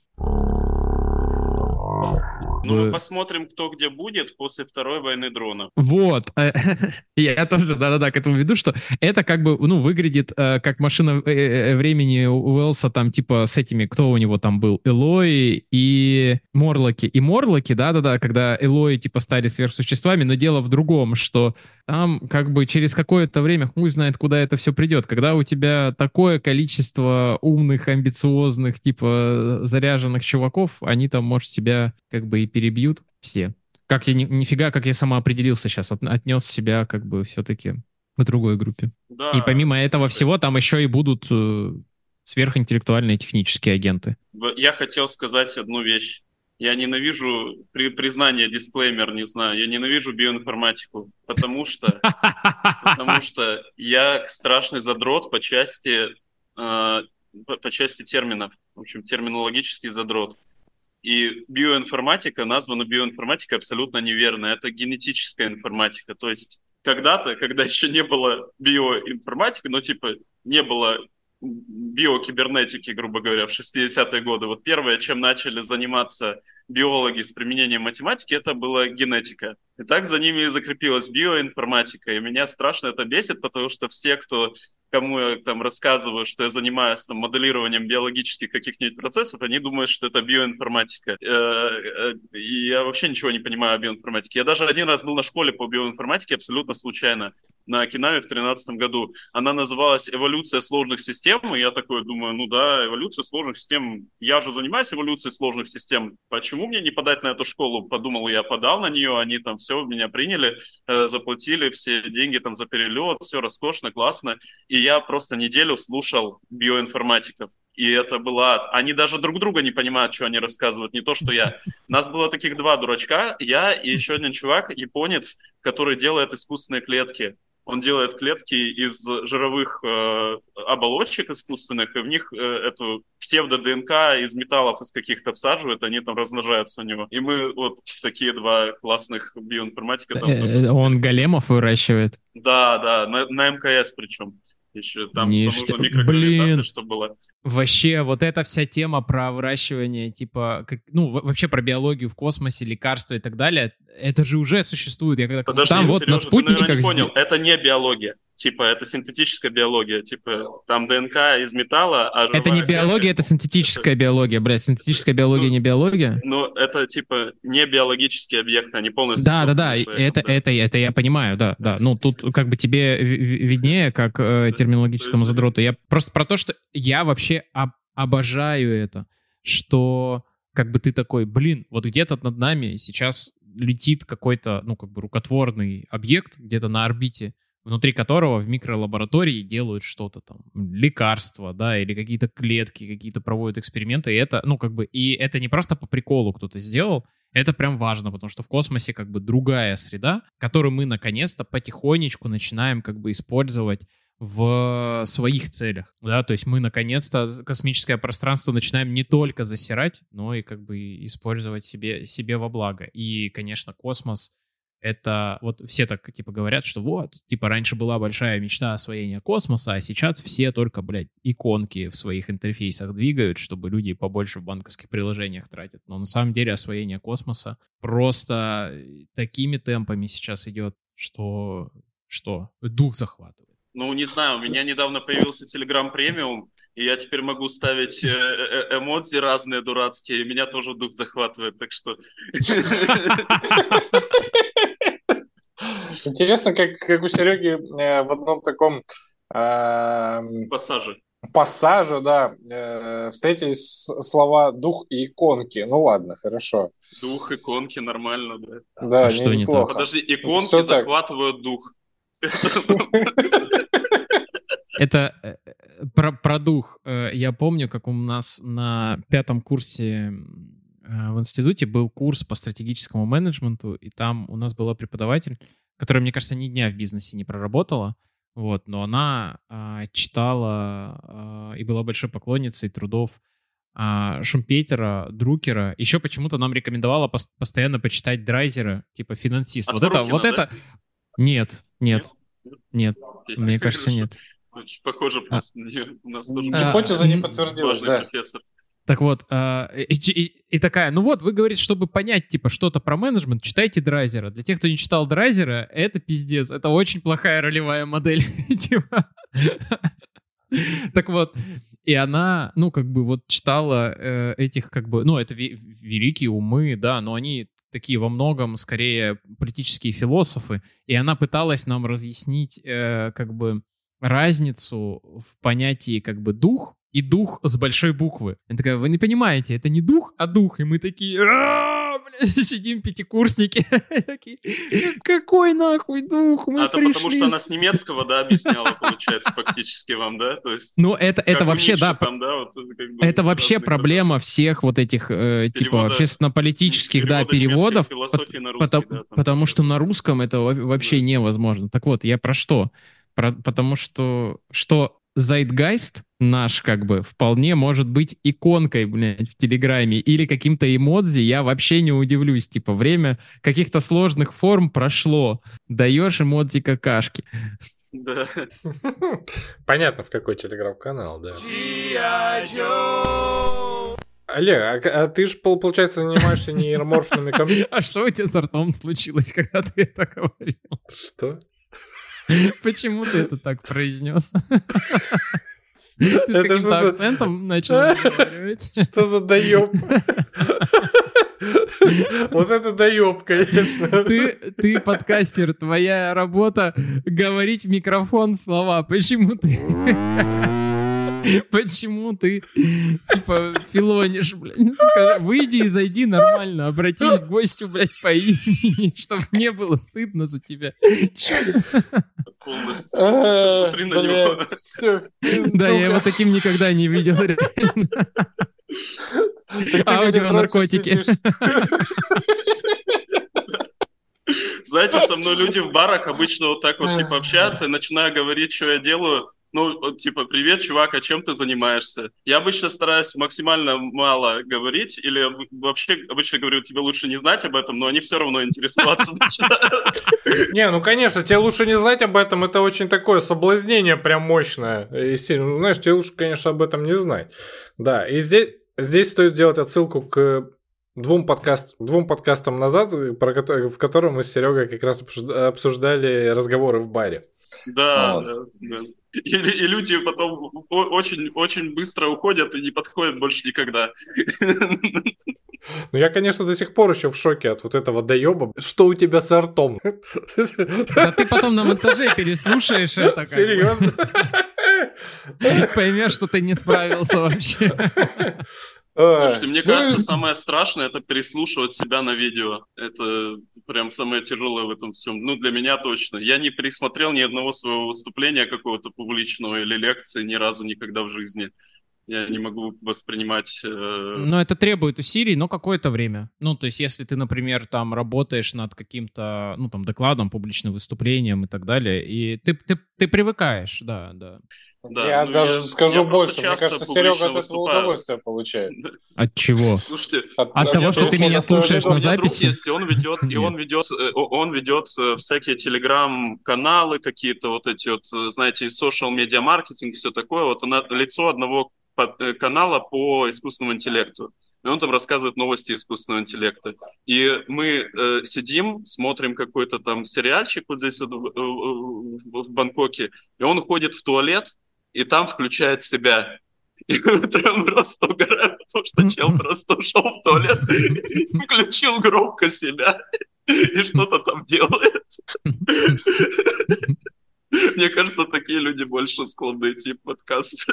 Ну, мы посмотрим, кто где будет после второй войны дронов. Вот. Я тоже, да-да-да, к этому веду, что это как бы, ну, выглядит э, как машина э, времени Уэллса, там, типа, с этими, кто у него там был, Элои и Морлоки. И Морлоки, да-да-да, когда Элои, типа, стали сверхсуществами, но дело в другом, что там, как бы, через какое-то время хуй знает, куда это все придет. Когда у тебя такое количество умных, амбициозных, типа, заряженных чуваков, они там, может, себя, как бы, и перебьют все. Как я, ни, нифига, как я самоопределился сейчас, от, отнес себя, как бы, все-таки к другой группе. Да, и помимо слушай, этого всего, там еще и будут э, сверхинтеллектуальные технические агенты. Я хотел сказать одну вещь. Я ненавижу, при, признание, дисклеймер, не знаю, я ненавижу биоинформатику, потому что, потому что я страшный задрот по части, э, по, по части терминов, в общем, терминологический задрот. И биоинформатика названа биоинформатикой абсолютно неверно. Это генетическая информатика. То есть когда-то, когда еще не было биоинформатики, ну типа не было биокибернетики, грубо говоря, в шестидесятые годы, вот первое, чем начали заниматься биологи с применением математики, это была генетика. И так за ними и закрепилась биоинформатика. И меня страшно это бесит, потому что все, кто, кому я там рассказываю, что я занимаюсь там, моделированием биологических каких-нибудь процессов, они думают, что это биоинформатика. И я вообще ничего не понимаю о биоинформатике. Я даже один раз был на школе по биоинформатике абсолютно случайно, на Окинаве в две тысячи тринадцатом году. Она называлась «Эволюция сложных систем», и я такой думаю, ну да, эволюция сложных систем. Я же занимаюсь эволюцией сложных систем. Почему мне не подать на эту школу? Подумал, я подал на нее, они там все меня приняли, э, заплатили все деньги там за перелет, все роскошно, классно. И я просто неделю слушал биоинформатиков. И это было ад. Они даже друг друга не понимают, что они рассказывают, не то, что я. У нас было таких два дурачка, я и еще один чувак, японец, который делает искусственные клетки. Он делает клетки из жировых э, оболочек искусственных, и в них э, эту псевдо-ДНК из металлов из каких-то всаживают, они там размножаются у него. И мы вот такие два классных биоинформатика. Там тоже он големов выращивает? Да, да, на, на МКС причем. Еще там что нужно микрогравитация, чтобы было. Вообще, вот эта вся тема про выращивание, типа, как, ну, вообще про биологию в космосе, лекарства и так далее, это же уже существует. Я когда Подожди, там вот Сережа, на спутниках... Ты, наверное, не понял, это не биология. Типа, это синтетическая биология. Типа, там ДНК из металла, а это не биология, это синтетическая это... биология, блядь. Синтетическая биология ну, не биология? Ну, это, типа, не биологический объект, они полностью... Да, да, да, это, да. Это, это я понимаю, да, да. Ну, тут как бы тебе виднее, как э, терминологическому задроту. Я просто про то, что я вообще об, обожаю это, что как бы ты такой, блин, вот где-то над нами сейчас летит какой-то, ну, как бы рукотворный объект где-то на орбите, внутри которого в микролаборатории делают что-то там, лекарства, да, или какие-то клетки, какие-то проводят эксперименты, и это, ну, как бы, и это не просто по приколу кто-то сделал, это прям важно, потому что в космосе как бы другая среда, которую мы наконец-то потихонечку начинаем как бы использовать в своих целях, да, то есть мы наконец-то космическое пространство начинаем не только засирать, но и как бы использовать себе, себе во благо. И, конечно, космос — это, вот все так типа говорят, что вот, типа раньше была большая мечта освоения космоса, а сейчас все только, блядь, иконки в своих интерфейсах двигают, чтобы люди побольше в банковских приложениях тратят. Но на самом деле освоение космоса просто такими темпами сейчас идет, что, что дух захватывает. Ну, не знаю, у меня недавно появился Telegram Premium, и я теперь могу ставить э- э- эмодзи разные дурацкие, и меня тоже дух захватывает, так что... Интересно, как, как у Сереги э, в одном таком... Э, Пассаже. Пассаже, да, э, встретились слова «дух» и «иконки». Ну ладно, хорошо. Дух, иконки, нормально, да. Да, А не, что не неплохо. Подожди, иконки Всё так. захватывают дух. Это э, про, про дух. Э, Я помню, как у нас на пятом курсе э, в институте был курс по стратегическому менеджменту, и там у нас была преподаватель, которая, мне кажется, ни дня в бизнесе не проработала, вот, но она э, читала э, и была большой поклонницей трудов э, Шумпетера, Друкера. Еще почему-то нам рекомендовала пос- постоянно почитать Драйзера, типа «Финансист». От Вот это, Фурухина, вот да? это... Нет, нет, нет, Окей, мне кажется, хорошо. нет. Очень похоже просто на неё. У нас тоже Гипотеза А, не м, подтвердилась, важный да. профессор. Так вот, а, и, и- и такая, ну вот, вы говорите, чтобы понять, типа, что-то про менеджмент, читайте Драйзера. Для тех, кто не читал Драйзера, это пиздец. Это очень плохая ролевая модель. Типа. Так вот, и она, ну, как бы вот читала э, этих, как бы, ну, это ве- великие умы, да, но они такие во многом, скорее, политические философы, и она пыталась нам разъяснить, э, как бы, разницу в понятии, как бы, дух, и дух с большой буквы. Она такая, вы не понимаете, это не дух, а дух. И мы такие, «А, блядь», сидим пятикурсники, такие, какой нахуй дух, мы А это потому, пришли что с- она с немецкого, да, объясняла, получается, фактически вам, да? То есть, Ну, это, это как у вообще, Ницше да, там, да, вот это как бы это вообще разные проблема всех вот этих, э, типа, Перевода- общественно-политических, да, перевода немецкой переводов, философии на пот- русский, пото- да, там потому вообще. что на русском это во- вообще Да. невозможно. Так вот, я про что? Про- потому что, что Zeitgeist наш, как бы, вполне может быть иконкой, блядь, в Телеграме или каким-то эмодзи, я вообще не удивлюсь. Типа, время каких-то сложных форм прошло. Даешь эмодзи какашки. Да. Понятно, в какой телеграм-канал, да. Олег, а, к- а ты же, получается, занимаешься нейроморфными компьютерами. А что у тебя с ртом случилось, когда ты это говорил? Что? Почему ты это так произнес? Ты с Это что каким-то за- акцентом начал разговаривать? Что за доеб? Вот это доеб, конечно. Ты, ты подкастер, твоя работа говорить в микрофон слова. Почему ты... Почему ты, типа, филонишь, блядь? Скажи, выйди и зайди нормально, обратись к гостю, блядь, по имени, чтобы не было стыдно за тебя. Чё? Полностью. А, Смотри на него. блядь, всё, в пизду, Да, я его блядь. таким никогда не видел, реально. Так ты Аудио где, короче, наркотики. сидишь? Знаете, со мной люди в барах обычно вот так вот типа общаются, и начинаю говорить, что я делаю. Ну, вот, типа, привет, чувак, а чем ты занимаешься? Я обычно стараюсь максимально мало говорить, или вообще обычно говорю, тебе лучше не знать об этом, но они все равно интересоваться начинают. Не, ну конечно, тебе лучше не знать об этом, это очень такое соблазнение прям мощное. И сильно. Ну, знаешь, тебе лучше, конечно, об этом не знать. Да, и здесь, здесь стоит сделать отсылку к двум, подкаст, двум подкастам назад, про, ко- в котором мы с Серегой как раз обсужда- обсуждали разговоры в баре. Да, Вот. да, да. И, и люди потом очень, очень быстро уходят и не подходят больше никогда. Ну, я, конечно, до сих пор еще в шоке от вот этого доеба. Что у тебя с ртом? Да ты потом на монтаже переслушаешь это. как бы. Серьезно? Поймешь, что ты не справился вообще. Слушайте, мне Ну, кажется, самое страшное — это переслушивать себя на видео. Это прям самое тяжелое в этом всем. Ну, для меня точно. Я не пересмотрел ни одного своего выступления какого-то публичного или лекции ни разу никогда в жизни. Я не могу воспринимать... Э... Но это требует усилий, но какое-то время. Ну, то есть, если ты, например, там работаешь над каким-то, ну, там, докладом, публичным выступлением и так далее, и ты, ты, ты привыкаешь, да, да. Да, я ну, даже я, скажу я больше. Мне кажется, Серега от этого удовольствие получает. От чего? Слушайте, от, от того, что ты меня слушаешь на записи? Есть, и он ведет, и он ведет, он ведет всякие телеграм-каналы какие-то, вот эти вот, знаете, social-медиа-маркетинг, все такое. Вот он, лицо одного канала по искусственному интеллекту. И он там рассказывает новости искусственного интеллекта. И мы э, сидим, смотрим какой-то там сериальчик вот здесь вот в, в, в Бангкоке, и он ходит в туалет, и там включает себя. И прям просто угораем, потому что чел просто ушел в туалет, включил громко себя и что-то там делает. Мне кажется, такие люди больше склонны идти в подкаст.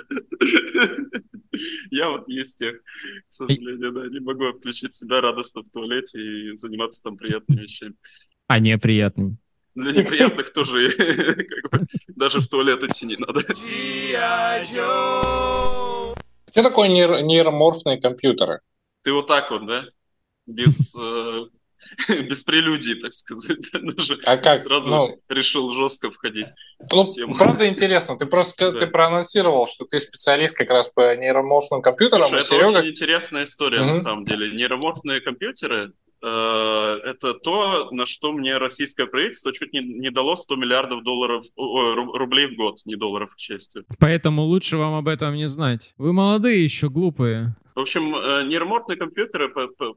Я вот есть тех, к сожалению, да, не могу отключить себя радостно в туалете и заниматься там приятными вещами. А неприятными? Для неприятных тоже как бы, даже в туалет идти не надо. Что такое нейро- нейроморфные компьютеры? Ты вот так вот, да? Без... Без прелюдий, так сказать. Даже а как? Сразу ну, решил жестко входить. Ну, правда интересно. Ты просто да. ты проанонсировал, что ты специалист как раз по нейроморфным компьютерам. Слушай, это Серега... очень интересная история, угу. на самом деле. Нейроморфные компьютеры э, это то, на что мне российское правительство чуть не, не дало сто миллиардов долларов, о, рублей в год, не долларов, к счастью. Поэтому лучше вам об этом не знать. Вы молодые еще, глупые. В общем, нейроморфные компьютеры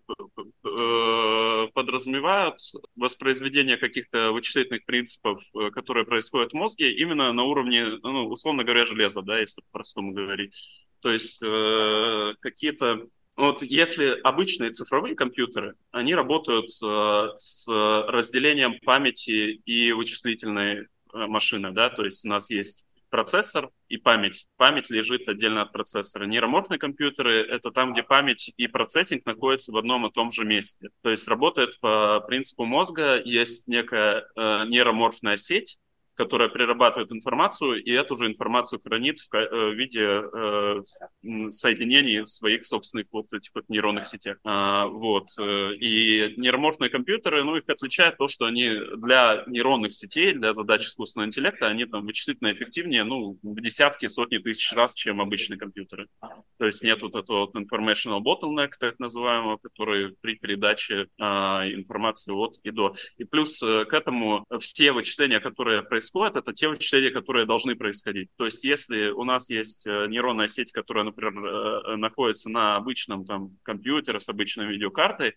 подразумевают воспроизведение каких-то вычислительных принципов, которые происходят в мозге, именно на уровне, ну, условно говоря, железа, да, если по-простому говорить. То есть э, какие-то... Вот если обычные цифровые компьютеры, они работают э, с разделением памяти и вычислительной э, машины, да, то есть у нас есть процессор и память. Память лежит отдельно от процессора. Нейроморфные компьютеры — это там, где память и процессинг находятся в одном и том же месте. То есть работает по принципу мозга, есть некая э, нейроморфная сеть, которая перерабатывает информацию, и эту же информацию хранит в, в виде э, соединений своих собственных вот этих вот нейронных сетей. А, вот. И нейроморфные компьютеры, ну, их отличает то, что они для нейронных сетей, для задач искусственного интеллекта, они там вычислительно эффективнее, ну, в десятки, сотни тысяч раз, чем обычные компьютеры. То есть нет вот этого вот informational bottleneck, так называемого, который при передаче а, информации от и до. И плюс к этому все вычисления, которые происходят, это те вычисления, которые должны происходить. То есть если у нас есть нейронная сеть, которая, например, находится на обычном там, компьютере с обычной видеокартой,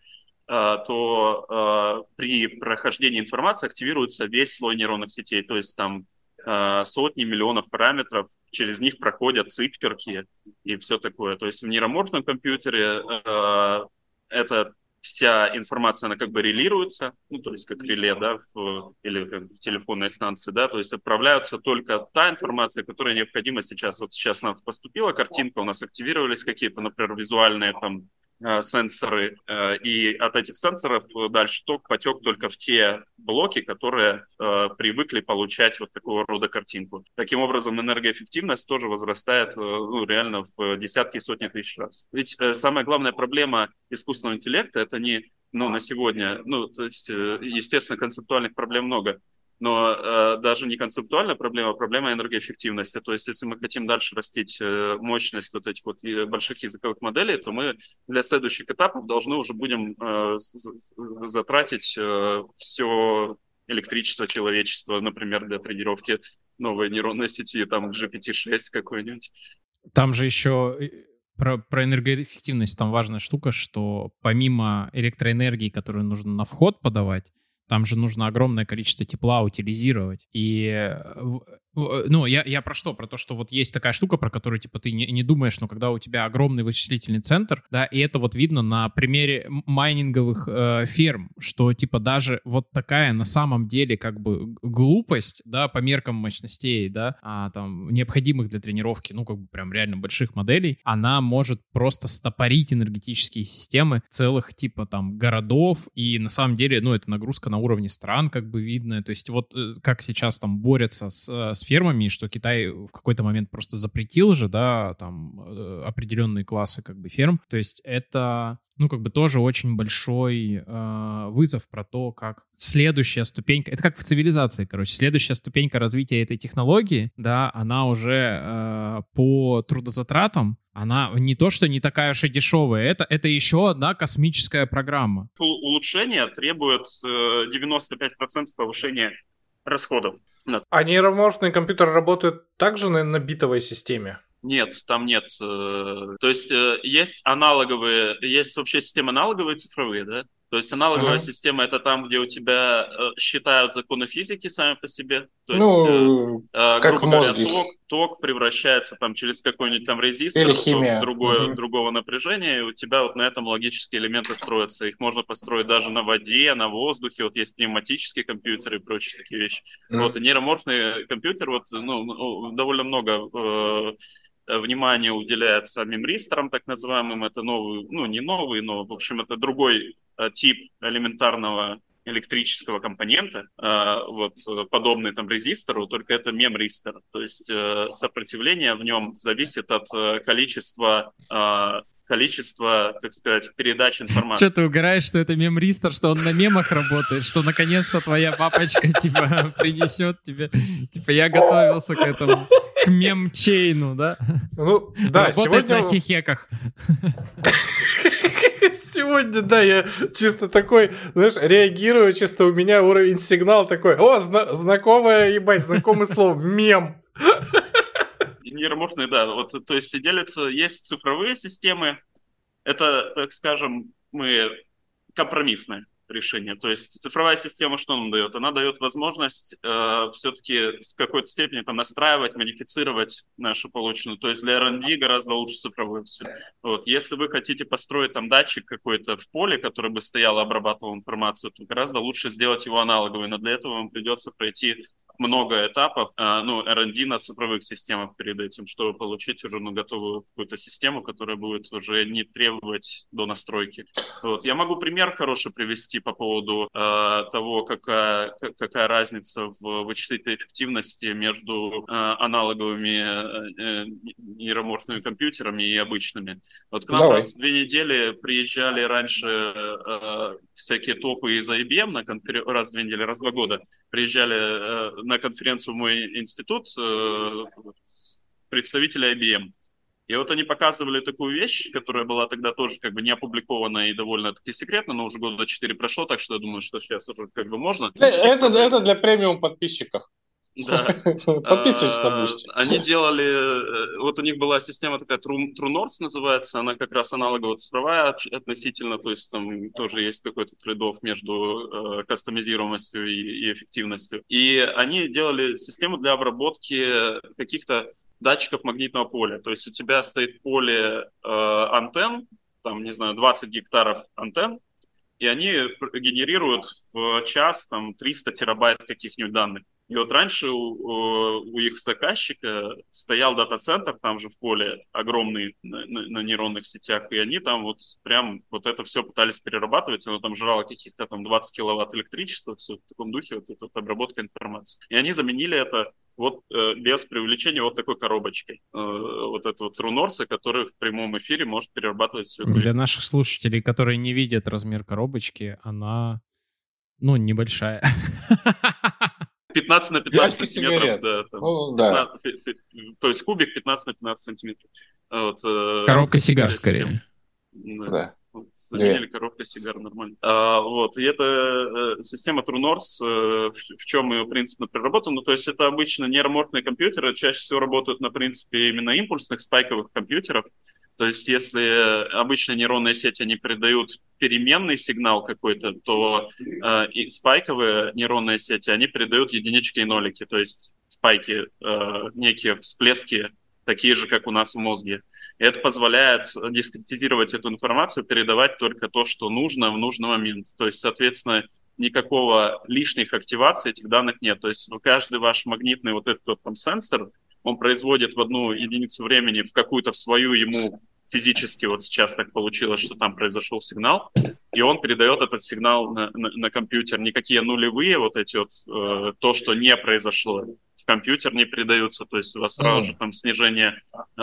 то при прохождении информации активируется весь слой нейронных сетей. То есть там сотни миллионов параметров, через них проходят циферки и все такое. То есть в нейроморфном компьютере это вся информация, она как бы релируется, ну, то есть как реле, да, в, или как в телефонной станции, да, то есть отправляются только та информация, которая необходима сейчас. Вот сейчас нам поступила картинка, у нас активировались какие-то, например, визуальные там сенсоры, и от этих сенсоров дальше ток потек только в те блоки, которые э, привыкли получать вот такого рода картинку. Таким образом, энергоэффективность тоже возрастает э, ну, реально в десятки и сотни тысяч раз. Ведь э, самая главная проблема искусственного интеллекта — это не, ну, на сегодня, ну, то есть, э, естественно, концептуальных проблем много, но э, даже не концептуальная проблема, а проблема энергоэффективности. То есть, если мы хотим дальше растить э, мощность вот этих вот больших языковых моделей, то мы для следующих этапов должны уже будем э, затратить э, все электричество человечества, например, для тренировки новой нейронной сети, там джи пи ти шесть какой-нибудь. Там же еще... Про, про энергоэффективность там важная штука, что помимо электроэнергии, которую нужно на вход подавать, там же нужно огромное количество тепла утилизировать. И, ну, я, я про что? Про то, что вот есть такая штука, про которую, типа, ты не, не думаешь, но когда у тебя огромный вычислительный центр, да, и это вот видно на примере майнинговых э, ферм, что, типа, даже вот такая на самом деле, как бы, глупость, да, по меркам мощностей, да, а, там, необходимых для тренировки, ну, как бы, прям реально больших моделей, она может просто стопорить энергетические системы целых, типа, там, городов, и на самом деле, ну, это нагрузка на уровне стран, как бы, видно, то есть вот как сейчас там борются с, с фермами, что Китай в какой-то момент просто запретил же, да, там определенные классы как бы ферм. То есть это, ну, как бы тоже очень большой э, вызов про то, как следующая ступенька, это как в цивилизации, короче, следующая ступенька развития этой технологии, да, она уже э, по трудозатратам, она не то, что не такая уж и дешевая, это, это еще одна космическая программа. Улучшение требует э, девяносто пять процентов повышения расходов. А нейроморфные компьютеры работают также на, на битовой системе? Нет, там нет. То есть есть аналоговые, есть вообще системы аналоговые цифровые, да? То есть аналоговая uh-huh. система — это там, где у тебя считают законы физики сами по себе. То есть, ну, э, как грубо в мозге. говоря, ток, ток превращается там через какой-нибудь там резистор в другое, uh-huh. другого напряжения, и у тебя вот на этом логические элементы строятся. Их можно построить даже на воде, на воздухе. Вот есть пневматические компьютеры и прочие такие вещи. Uh-huh. Вот, и нейроморфный компьютер, вот, ну, довольно много... Э, внимание уделяется мемристорам, так называемым. Это новый, ну не новый, но в общем это другой э, тип элементарного электрического компонента, э, вот подобный там резистору, только это мемристор. То есть э, сопротивление в нем зависит от э, количества э, количество, так сказать, передач информации. Что ты угораешь, что это мемристор, что он на мемах работает, что наконец-то твоя папочка типа принесет тебе, типа я готовился к этому, к мемчейну, да? Ну, да, работает сегодня... на хихеках. Сегодня, да, я чисто такой, знаешь, реагирую, чисто у меня уровень сигнал такой, о, зна- знакомое, ебать, знакомое слово, мем. Нейроморфные, да, вот, то есть делятся, есть цифровые системы, это, так скажем, мы компромиссное решение. То есть цифровая система что нам дает? Она дает возможность э, все-таки с какой-то степени там настраивать, модифицировать нашу полученную. То есть для эр энд ди гораздо лучше цифровое все. Вот. Если вы хотите построить там датчик какой-то в поле, который бы стоял и обрабатывал информацию, то гораздо лучше сделать его аналоговый. Но для этого вам придется пройти много этапов, э, ну, эр энд ди на цифровых системах перед этим, чтобы получить уже ну, готовую какую-то систему, которая будет уже не требовать до настройки. Вот. Я могу пример хороший привести по поводу э, того, какая, какая разница в вычислительной эффективности между э, аналоговыми э, нейроморфными компьютерами и обычными. Вот к нам Давай. раз в две недели приезжали раньше э, всякие топы из ай би эм на конфер... раз в две недели, раз в два года приезжали э, на конференцию в мой институт э, представители ай би эм. И вот они показывали такую вещь, которая была тогда тоже как бы не опубликована и довольно-таки секретно, но уже года четыре прошло, так что я думаю, что сейчас уже как бы можно. Это, это для премиум подписчиков. Да. Подписывайтесь на Boosty. Они делали, вот у них была система такая True North называется, она как раз аналогово цифровая относительно, то есть там тоже есть какой-то трейд-офф между кастомизируемостью и эффективностью. И они делали систему для обработки каких-то датчиков магнитного поля. То есть у тебя стоит поле э, антенн, там, не знаю, двадцать гектаров антенн, и они генерируют в час там триста терабайт каких-нибудь данных. И вот раньше у, у их заказчика стоял дата-центр там же в поле, огромный на, на, на нейронных сетях, и они там вот прям вот это все пытались перерабатывать, оно там жрало каких-то там двадцать киловатт электричества, все в таком духе, вот эта вот обработка информации. И они заменили это вот э, без привлечения вот такой коробочкой. Э, вот этого True North, который в прямом эфире может перерабатывать все это. Для наших слушателей, которые не видят размер коробочки, она, ну, небольшая. пятнадцать на пятнадцать сантиметров. Да, там, ну, да. пятнадцать, то есть кубик пятнадцать на пятнадцать сантиметров. Вот, э, коробка сигар, скорее. Да. да. Вот, заменили коробка сигар, нормально. А, вот, и это э, система True North, э, в, в чем ее принцип проработан. Ну, то есть это обычно нейроморфные компьютеры, чаще всего работают на принципе именно импульсных спайковых компьютеров. То есть если обычные нейронные сети, они передают переменный сигнал какой-то, то э, и спайковые нейронные сети, они передают единички и нолики, то есть спайки, э, некие всплески, такие же, как у нас в мозге. И это позволяет дискретизировать эту информацию, передавать только то, что нужно в нужный момент. То есть, соответственно, никакого лишних активаций этих данных нет. То есть каждый ваш магнитный вот этот вот там сенсор, он производит в одну единицу времени в какую-то в свою ему физически вот сейчас так получилось, что там произошел сигнал, и он передает этот сигнал на, на, на компьютер. Никакие нулевые вот эти вот, э, то, что не произошло, в компьютер не передаются, то есть у вас сразу же там снижение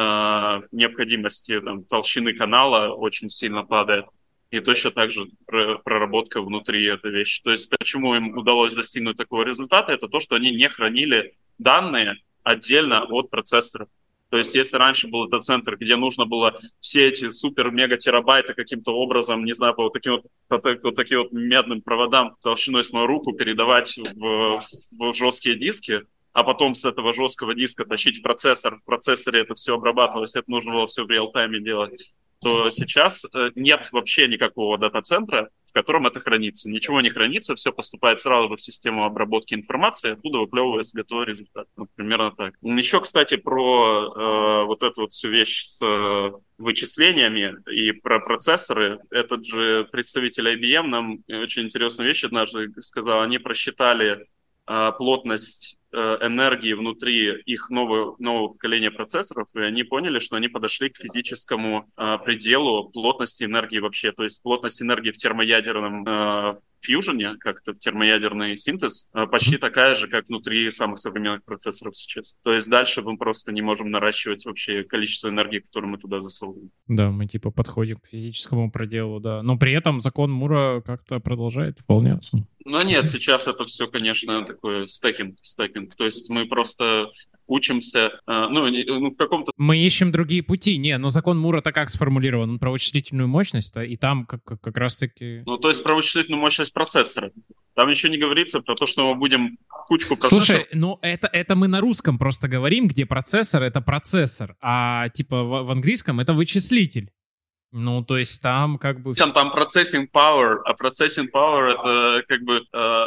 э, необходимости там, толщины канала очень сильно падает. И точно так же проработка внутри этой вещи. То есть почему им удалось достигнуть такого результата, это то, что они не хранили данные отдельно от процессоров. То есть если раньше был дата-центр, где нужно было все эти супер-мега-терабайты каким-то образом, не знаю, по вот таким вот, по вот таким вот медным проводам толщиной с мою руку передавать в, в жесткие диски, а потом с этого жесткого диска тащить в процессор, в процессоре это все обрабатывалось, это нужно было все в реал-тайме делать, то сейчас нет вообще никакого дата-центра, в котором это хранится. Ничего не хранится, все поступает сразу же в систему обработки информации, оттуда выплевывается готовый результат. Ну, примерно так. Еще, кстати, про э, вот эту вот всю вещь с э, вычислениями и про процессоры. Этот же представитель ай би эм нам очень интересную вещь однажды сказал. Они просчитали э, плотность энергии внутри их нового, нового поколения процессоров, и они поняли, что они подошли к физическому э, пределу плотности энергии вообще. То есть плотность энергии в термоядерном э, фьюжене, как это термоядерный синтез, э, почти такая же, как внутри самых современных процессоров сейчас. То есть дальше мы просто не можем наращивать вообще количество энергии, которое мы туда засовываем. Да, мы типа подходим к физическому пределу, да. Но при этом закон Мура как-то продолжает выполняться. Ну нет, сейчас это все, конечно, такое стекинг, стекинг. То есть мы просто учимся, ну, ну в каком-то... Мы ищем другие пути. Не, но закон Мура-то как сформулирован? Он про вычислительную мощность, и там как, как, как раз-таки... Ну, то есть про вычислительную мощность процессора. Там еще не говорится про то, что мы будем кучку процессоров... Слушай, ну это, это мы на русском просто говорим, где процессор — это процессор, а типа в, в английском это вычислитель. Ну, то есть там как бы... Там, там processing power, а processing power это как бы... Э,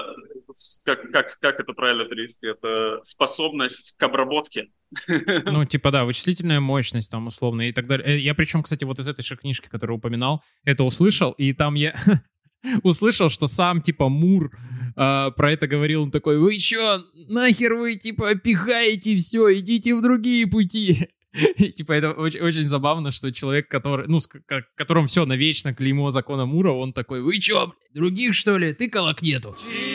как, как, как это правильно перевести? Это способность к обработке. Ну, типа, да, вычислительная мощность там условно и так далее. Я причем, кстати, вот из этой же книжки, которую упоминал, это услышал, и там я услышал, что сам, типа, Мур э, про это говорил. Он такой: вы чё, нахер вы, типа, пихаете все, идите в другие пути. И, типа, это очень, очень забавно, что человек, который, ну, с к- которым все навечно клеймо закона Мура, он такой: вы чё, блядь, других, что ли? Тыкалок нету.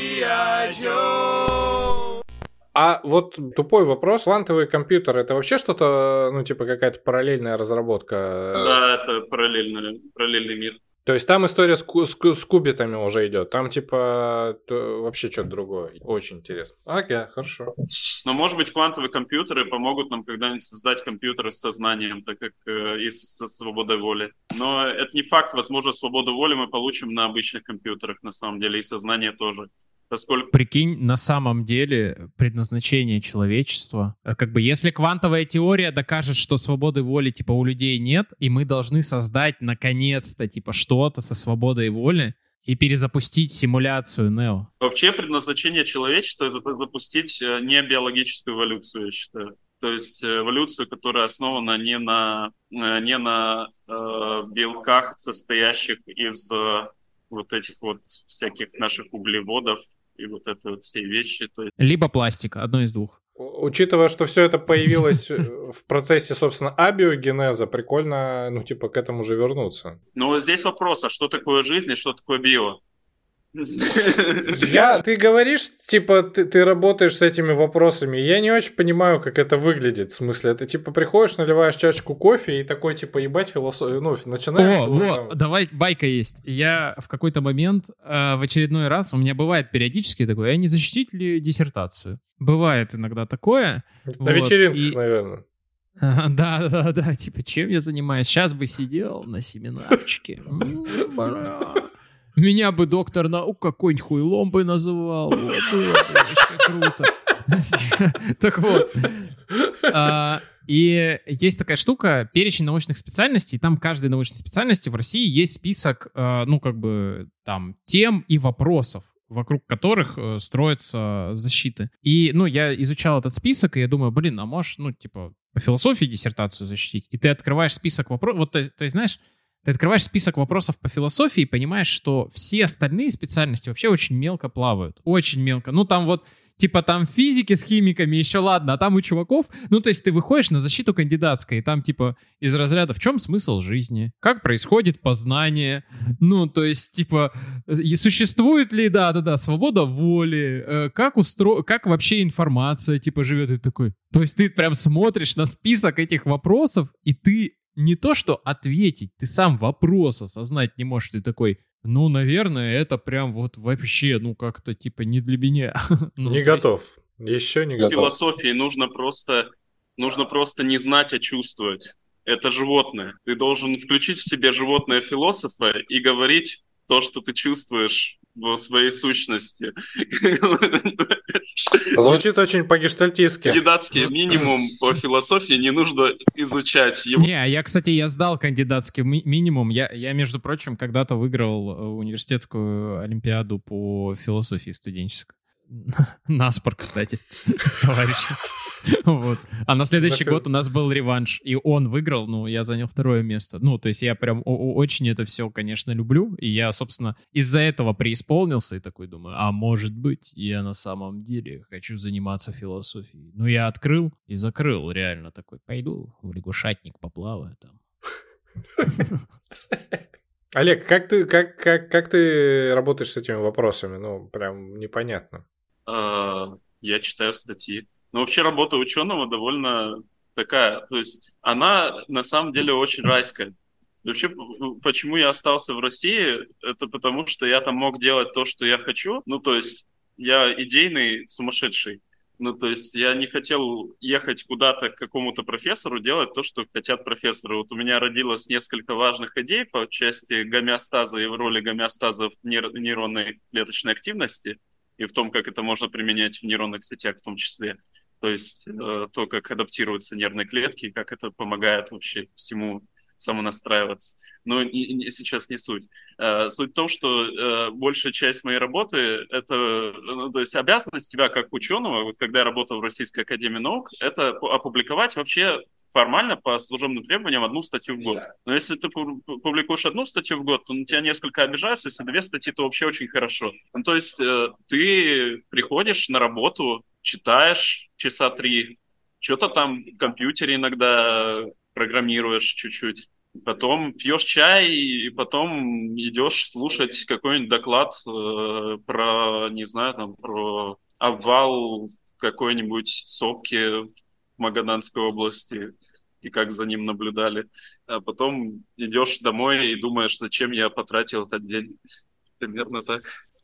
А вот тупой вопрос. Квантовый компьютер — это вообще что-то, ну, типа, какая-то параллельная разработка? Да, это параллельный, параллельный мир. То есть там история с, ку- с, с кубитами уже идет. Там, типа, вообще что-то другое. Очень интересно. Окей, хорошо. Но, может быть, квантовые компьютеры помогут нам когда-нибудь создать компьютеры с сознанием, так как э, и со свободой воли. Но это не факт. Возможно, свободу воли мы получим на обычных компьютерах, на самом деле, и сознание тоже. Поскольку... Прикинь, на самом деле предназначение человечества, как бы если квантовая теория докажет, что свободы воли типа у людей нет, и мы должны создать наконец-то типа что-то со свободой воли и перезапустить симуляцию Нео. Вообще предназначение человечества — это запустить не биологическую эволюцию, я считаю. То есть эволюцию, которая основана не на, не на э, белках, состоящих из э, вот этих вот всяких наших углеводов, и вот это вот все вещи. То есть... Либо пластика, одно из двух. Учитывая, что все это появилось в процессе, собственно, абиогенеза, прикольно, ну, типа, к этому же вернуться. Ну, здесь вопрос, а что такое жизнь и что такое био? Я, ты говоришь, типа, ты, ты работаешь с этими вопросами, я не очень понимаю, как это выглядит, в смысле, это, типа, приходишь, наливаешь чашечку кофе и такой, типа, ебать философию, ну, начинаешь... О, вот, давай, байка есть. Я в какой-то момент, э, в очередной раз, у меня бывает периодически такое: а не защитить ли диссертацию? Бывает иногда такое. На вот, вечеринках, и... наверное. А, да, да, да, типа, чем я занимаюсь? Сейчас бы сидел на семинарчике. Меня бы доктор наук какой-нибудь хуйлом бы называл. Вот, было бы вообще круто. Так вот. А, и есть такая штука, перечень научных специальностей. Там каждой научной специальности в России есть список, ну, как бы, там, тем и вопросов, вокруг которых строятся защиты. И, ну, я изучал этот список, и я думаю, блин, а можешь, ну, типа, по философии диссертацию защитить? И ты открываешь список вопросов. Вот, ты, ты знаешь... Ты открываешь список вопросов по философии и понимаешь, что все остальные специальности вообще очень мелко плавают. Очень мелко. Ну, там вот, типа там физики с химиками, еще ладно, а там у чуваков, ну, то есть ты выходишь на защиту кандидатской, и там типа из разряда «В чем смысл жизни? Как происходит познание?» Ну, то есть типа и существует ли, да-да-да, свобода воли, э, как, устро... как вообще информация типа живет, и такой... То есть ты прям смотришь на список этих вопросов, и ты не то что ответить, ты сам вопрос осознать не можешь, ты такой... Ну, наверное, это прям вот вообще, ну, как-то типа не для меня. ну, не готов. Есть... Еще не готов. В философии нужно просто, нужно просто не знать, а чувствовать. Это животное. Ты должен включить в себе животное философа и говорить то, что ты чувствуешь в своей сущности. Звучит очень по-гештальтистски. Кандидатский минимум по философии не нужно изучать. Его... Не, я, кстати, я сдал кандидатский ми- минимум. Я, я, между прочим, когда-то выиграл университетскую олимпиаду по философии студенческой. Наспор, кстати, с товарищем. Вот. А на следующий год у нас был реванш, и он выиграл, ну, я занял второе место. Ну, то есть я прям очень это все, конечно, люблю, и я, собственно, из-за этого преисполнился и такой думаю, а может быть, я на самом деле хочу заниматься философией. Ну, я открыл и закрыл, реально такой, пойду в лягушатник поплаваю там. Олег, как ты, как, как, как ты работаешь с этими вопросами? Ну, прям непонятно. Я читаю статьи. Но вообще работа ученого довольно такая, то есть она на самом деле очень райская. Вообще, почему я остался в России, это потому что я там мог делать то, что я хочу. Ну, то есть я идейный сумасшедший. Ну, то есть я не хотел ехать куда-то к какому-то профессору, делать то, что хотят профессоры. Вот у меня родилось несколько важных идей по части гомеостаза и в роли гомеостаза в нейронной клеточной активности и в том, как это можно применять в нейронных сетях в том числе. То есть э, то, как адаптируются нервные клетки, как это помогает вообще всему самонастраиваться. Но и, и сейчас не суть. Э, суть в том, что э, большая часть моей работы, это, ну, то есть обязанность тебя как ученого, вот когда я работал в Российской академии наук, это опубликовать вообще формально по служебным требованиям одну статью в год. Но если ты публикуешь одну статью в год, то на тебя несколько обижаются, если две статьи, то вообще очень хорошо. Ну, то есть э, ты приходишь на работу, читаешь часа три, что-то там в компьютере иногда программируешь чуть-чуть, потом пьешь чай и потом идешь слушать какой-нибудь доклад э, про, не знаю, там, про обвал какой-нибудь сопки в Магаданской области и как за ним наблюдали. А потом идешь домой и думаешь, зачем я потратил этот день. Примерно так.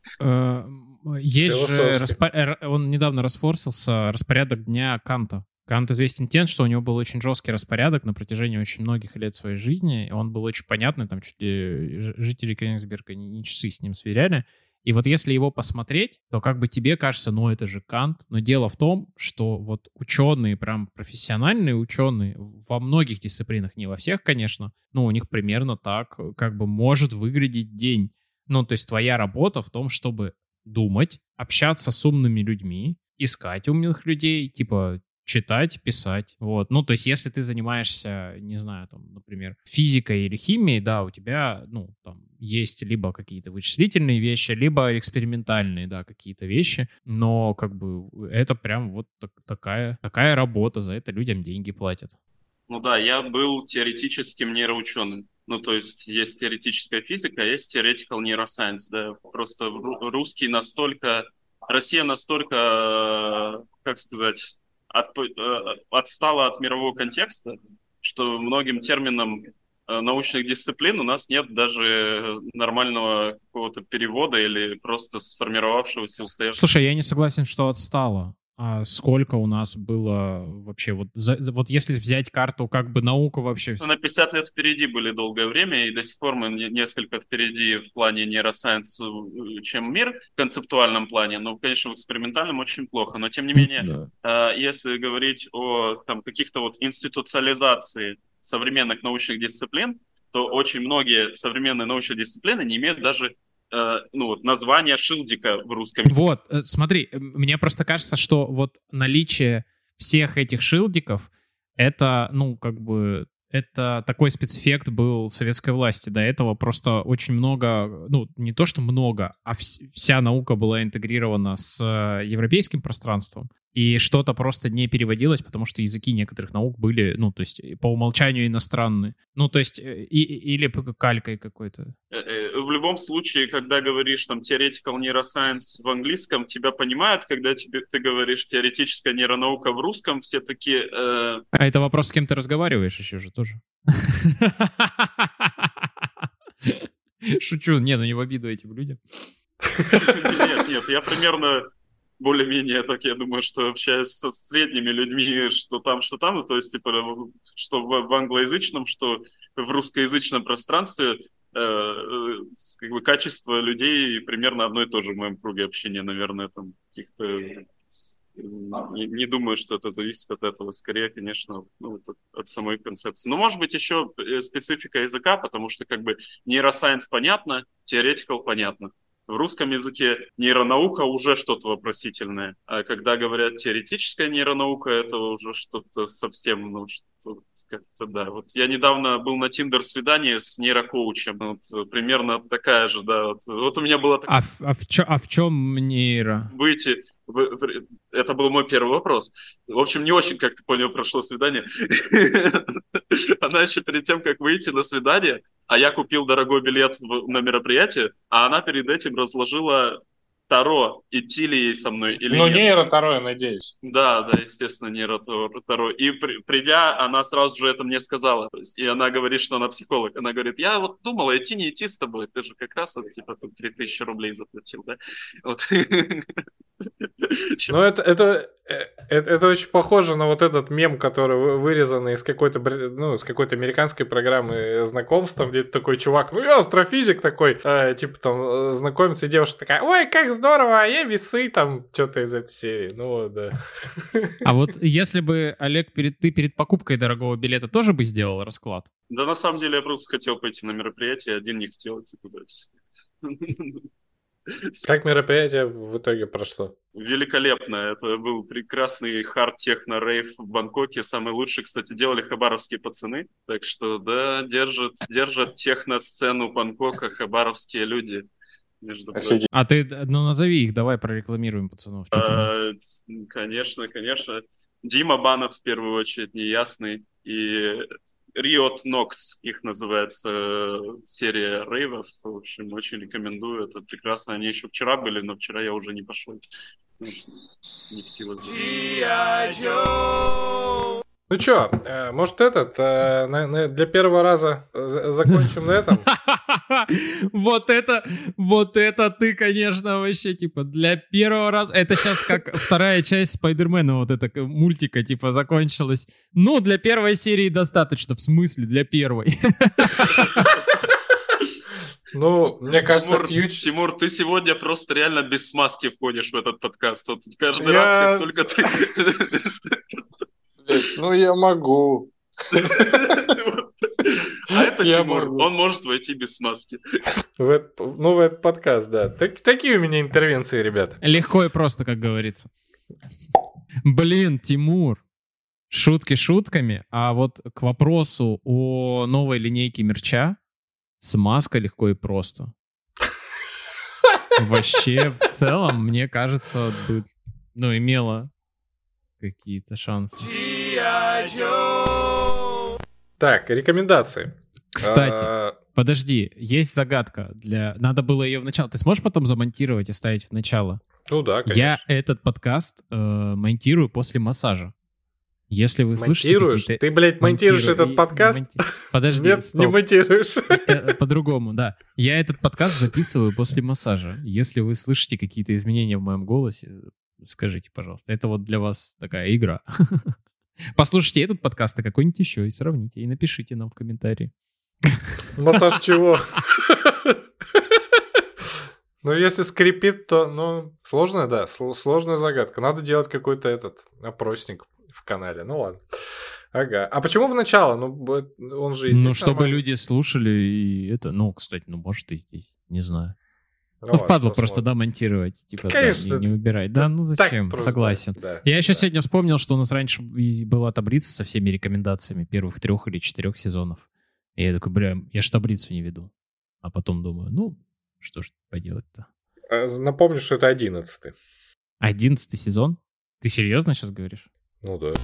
Есть же, распор... он недавно расфорсился, распорядок дня Канта. Кант известен тем, что у него был очень жесткий распорядок на протяжении очень многих лет своей жизни, и он был очень понятный, там чуть ли жители Кёнигсберга не часы с ним сверяли. И вот если его посмотреть, то как бы тебе кажется, ну это же Кант. Но дело в том, что вот ученые, прям профессиональные ученые во многих дисциплинах, не во всех, конечно, но у них примерно так как бы может выглядеть день. Ну, то есть твоя работа в том, чтобы думать, общаться с умными людьми, искать умных людей, типа читать, писать, вот. Ну, то есть если ты занимаешься, не знаю, там, например, физикой или химией, да, у тебя, ну, там, есть либо какие-то вычислительные вещи, либо экспериментальные, да, какие-то вещи, но, как бы, это прям вот так, такая, такая работа, за это людям деньги платят. Ну да, я был теоретическим нейроученым. Ну, то есть есть теоретическая физика, есть theoretical neuroscience, да, просто русский настолько, Россия настолько, как сказать, От, отстала от мирового контекста, что многим терминам научных дисциплин у нас нет даже нормального какого-то перевода или просто сформировавшегося устоявшегося. Слушай, я не согласен, что отстала. А сколько у нас было вообще, вот, за, вот если взять карту, как бы науку вообще... На пятьдесят лет впереди были долгое время, и до сих пор мы несколько впереди в плане нейросайенс, чем мир в концептуальном плане, но, конечно, в экспериментальном очень плохо. Но, тем не менее, да. Если говорить о там, каких-то вот институциализации современных научных дисциплин, то очень многие современные научные дисциплины не имеют даже ну, вот, название шилдика в русском. Вот, смотри, мне просто кажется, что вот наличие всех этих шилдиков, это, ну, как бы, это такой спецэффект был советской власти. До этого просто очень много, ну, не то что много, а вс- вся наука была интегрирована с европейским пространством, и что-то просто не переводилось, потому что языки некоторых наук были, ну, то есть по умолчанию иностранные. Ну, то есть и, или калькой какой-то. В любом случае, когда говоришь там theoretical neuroscience в английском, тебя понимают, когда тебе, ты говоришь теоретическая нейронаука в русском, все такие... Э... А это вопрос, с кем ты разговариваешь еще же тоже. Шучу, не, ну не в обиду этим людям. Нет, нет, я примерно... более-менее так, я думаю, что общаюсь со средними людьми, что там, что там, ну, то есть, типа, что в, в англоязычном, что в русскоязычном пространстве, э, как бы, качество людей примерно одно и то же в моем круге общения, наверное, там, каких-то... Не, не думаю, что это зависит от этого, скорее, конечно, ну, от, от самой концепции. Но, может быть, еще специфика языка, потому что, как бы, нейросайенс понятно, теоретикал понятно. В русском языке нейронаука уже что-то вопросительное, а когда говорят теоретическая нейронаука, это уже что-то совсем, ну, что как-то, да. Вот я недавно был на Тиндер-свидании с нейрокоучем, вот, примерно такая же, да. Вот, вот у меня была такая... А, а, в чё, а в чем нейро? Выйти... Это был мой первый вопрос. В общем, не очень, как ты понял, прошло свидание. Она еще перед тем, как выйти на свидание, а я купил дорогой билет на мероприятие, а она перед этим разложила Таро, идти ли ей со мной или ну, нет. Ну, нейро-таро, я надеюсь. Да, да, естественно, нейро-таро. И при, придя, она сразу же это мне сказала. И она говорит, что она психолог. Она говорит, я вот думала, идти не идти с тобой. Ты же как раз, вот, типа, три тысячи рублей заплатил, да? Вот. Ну, это, это, это, это очень похоже на вот этот мем, который вырезанный из какой-то, ну, из какой-то американской программы знакомств, там где-то такой чувак, ну, я астрофизик такой, э, типа там знакомится, и девушка такая, ой, как здорово, а я весы, там, что-то из этой серии. Ну, вот, да. А вот если бы, Олег, перед, ты перед покупкой дорогого билета тоже бы сделал расклад? Да, на самом деле, я просто хотел пойти на мероприятие, один не хотел идти туда. Как мероприятие в итоге прошло? Великолепно. Это был прекрасный хард-техно-рейв в Бангкоке. Самый лучший, кстати, делали хабаровские пацаны. Так что, да, держат, держат техно-сцену Бангкока хабаровские люди. Между прочим. А ты, ну, назови их, давай прорекламируем пацанов. А, конечно, конечно. Дима Банов, в первую очередь, Неясный. И Riot Nox, их называется серия рейвов. В общем, очень рекомендую. Это прекрасно. Они еще вчера были, но вчера я уже не пошел. Ну, не в силах. Ну чё, может этот, для первого раза закончим на этом? Вот это, вот это ты, конечно, вообще, типа, для первого раза... Это сейчас как вторая часть Спайдермена, вот эта мультика, типа, закончилась. Ну, для первой серии достаточно, в смысле, для первой. Ну, мне кажется, Тимур, фьюч... Тимур, ты сегодня просто реально без смазки входишь в этот подкаст. Вот каждый я... раз, как только ты... Ну, я могу. А это я Тимур, могу. Он может войти без смазки. В этот, ну, в этот подкаст, да. Так, такие у меня интервенции, ребята. Легко и просто, как говорится. Блин, Тимур, шутки шутками, а вот к вопросу о новой линейке мерча, смазка легко и просто. Вообще, в целом, мне кажется, бы, ну, имела какие-то шансы. Так, рекомендации. Кстати, А... подожди, есть загадка. Для... Надо было ее в начало. Ты сможешь потом замонтировать и ставить в начало? Ну да, конечно. Я этот подкаст э, монтирую после массажа. Если вы монтируешь? слышите... Ты, блядь, монтируешь Монтиру... этот подкаст? Монти... Подожди, Нет, стоп. не монтируешь. По-другому, да. Я этот подкаст записываю после массажа. Если вы слышите какие-то изменения в моем голосе, скажите, пожалуйста. Это вот для вас такая игра. Послушайте этот подкаст, а какой-нибудь еще, и сравните, и напишите нам в комментарии. Массаж чего? Ну, если скрипит, то, ну, сложная, да, сложная загадка. Надо делать какой-то этот опросник в канале. Ну, ладно. Ага. А почему в начало? Ну, он же и здесь Ну, чтобы нормально. люди слушали, и это, ну, кстати, ну, может, и здесь, не знаю. Ну, впадло просто, да, монтировать. Типа, Конечно. Да, не, не выбирать. Да, ну зачем? Просто, Согласен. Да, Я да. еще сегодня вспомнил, что у нас раньше была таблица со всеми рекомендациями первых трех или четырех сезонов. И я такой, бля, я ж таблицу не веду. А потом думаю, ну, что ж поделать-то. Напомню, что это одиннадцатый. Одиннадцатый сезон? Ты серьезно сейчас говоришь? Ну да.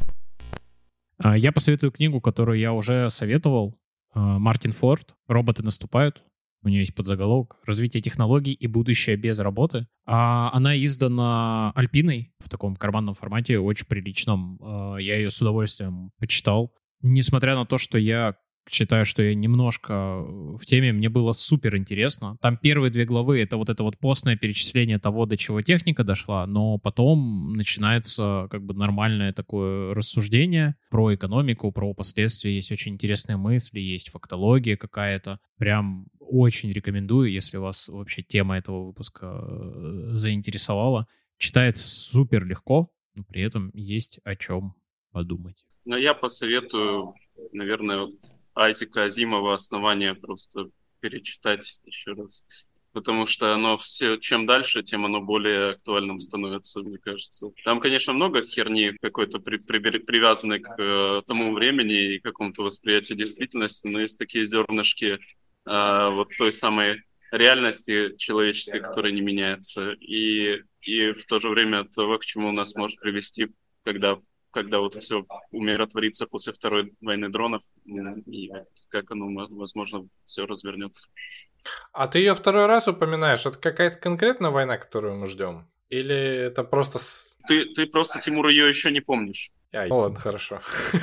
Я посоветую книгу, которую я уже советовал. Мартин Форд «Роботы наступают». У нее есть подзаголовок «Развитие технологий и будущее без работы». А она издана Альпиной в таком карманном формате, очень приличном. Я ее с удовольствием почитал. Несмотря на то, что я считаю, что я немножко в теме, мне было супер интересно. Там первые две главы — это вот это вот постное перечисление того, до чего техника дошла, но потом начинается как бы нормальное такое рассуждение про экономику, про последствия. Есть очень интересные мысли, есть фактология какая-то. Прям очень рекомендую, если вас вообще тема этого выпуска заинтересовала. Читается супер легко, но при этом есть о чем подумать. Но я посоветую, наверное, вот Айзека Азимова «Основание» просто перечитать еще раз. Потому что оно все, чем дальше, тем оно более актуальным становится, мне кажется. Там, конечно, много херни какой-то при, при, привязанной к э, тому времени и какому-то восприятию действительности, но есть такие зернышки э, вот той самой реальности человеческой, которая не меняется. И, и в то же время того, к чему нас может привести, когда когда вот все умиротворится после второй войны дронов, и как оно, возможно, все развернется. А ты ее второй раз упоминаешь? Это какая-то конкретная война, которую мы ждем? Или это просто... Ты, ты просто, Тимур, ее еще не помнишь. Ай, ну ладно, хорошо.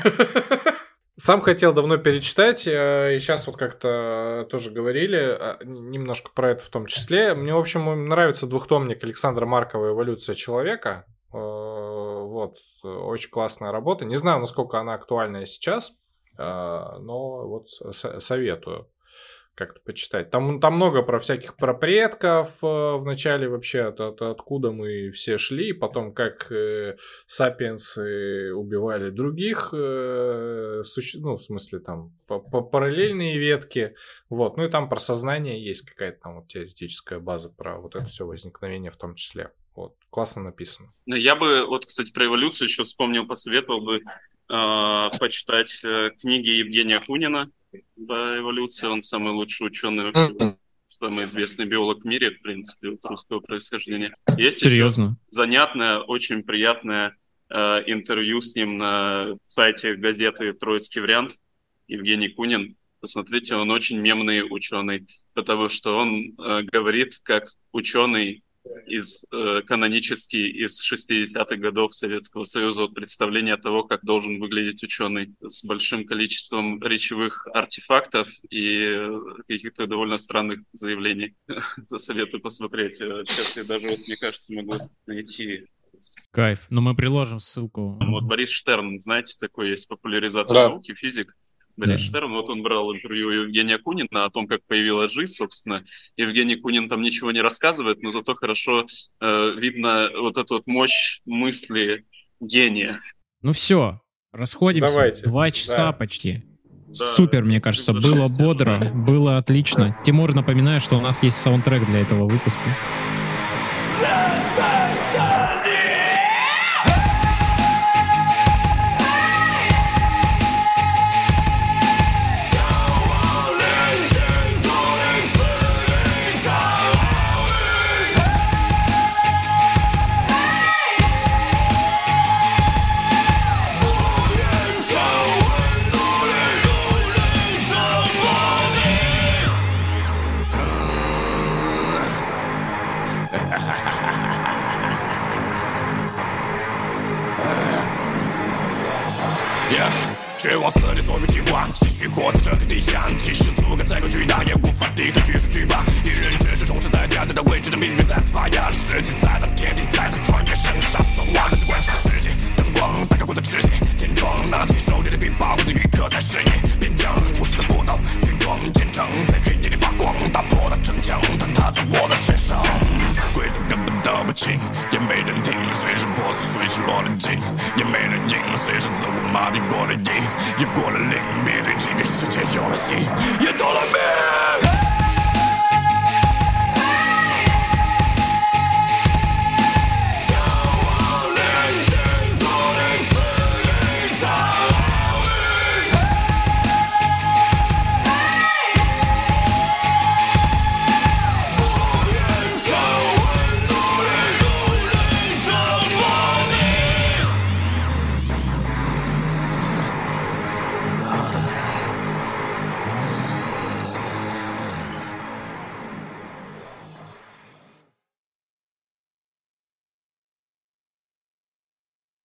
Сам хотел давно перечитать, и сейчас вот как-то тоже говорили немножко про это в том числе. Мне, в общем, нравится двухтомник Александра Маркова «Эволюция человека». Вот, очень классная работа. Не знаю, насколько она актуальна сейчас, но вот советую как-то почитать. Там, там много про всяких про предков в начале вообще, от, от, откуда мы все шли, потом как э, сапиенсы убивали других, э, суще... ну, в смысле, там, по, по параллельные ветки, вот, ну и там про сознание есть какая-то там вот теоретическая база про вот это все возникновение в том числе. Вот, классно написано. Ну, я бы, вот, кстати, про эволюцию еще вспомнил, посоветовал бы э, почитать э, книги Евгения Кунина по эволюции. Он самый лучший ученый вообще, mm-hmm. самый известный биолог в мире, в принципе, вот, русского происхождения. Есть Серьезно? еще занятное, очень приятное э, интервью с ним на сайте газеты «Троицкий вариант». Евгений Кунин. Посмотрите, он очень мемный ученый, потому что он э, говорит как ученый из э, канонический из шестидесятых годов Советского Союза, вот представление того, как должен выглядеть ученый, с большим количеством речевых артефактов и э, каких-то довольно странных заявлений. Советую посмотреть. Сейчас я даже, вот, мне кажется, могу найти. Кайф. Но мы приложим ссылку. Вот Борис Штерн, знаете, такой есть популяризатор да. науки, физик. Борис да. Штерн, вот он брал интервью Евгения Кунина о том, как появилась жизнь, собственно. Евгений Кунин там ничего не рассказывает, но зато хорошо э, видно вот эту вот мощь мысли гения. Ну все, расходимся. Давайте. Два часа да. почти. Да. Супер, мне кажется. Было бодро, было отлично. Тимур, напоминаю, что у нас есть саундтрек для этого выпуска. Yeah. 绝望死的所有计划，继续活在这个地下，其实阻隔再够巨大，也无法抵抗巨石巨坝。一人只是冲着代价，等待未知的命运再次发芽。世界在那天地在那穿越生杀死挖，看着观察世界，灯光打开我的视线，天窗拿起手里的冰把我的语刻在深夜，边疆无视的不倒，军装见证在黑夜里发光，打破了城墙，坍塌在我的身上。规则根本道不清，也没人听，随时破碎，随时落了尽，也没人赢了，随时自我麻痹过了瘾。也过了零，面对这个世界有了心，也动了命。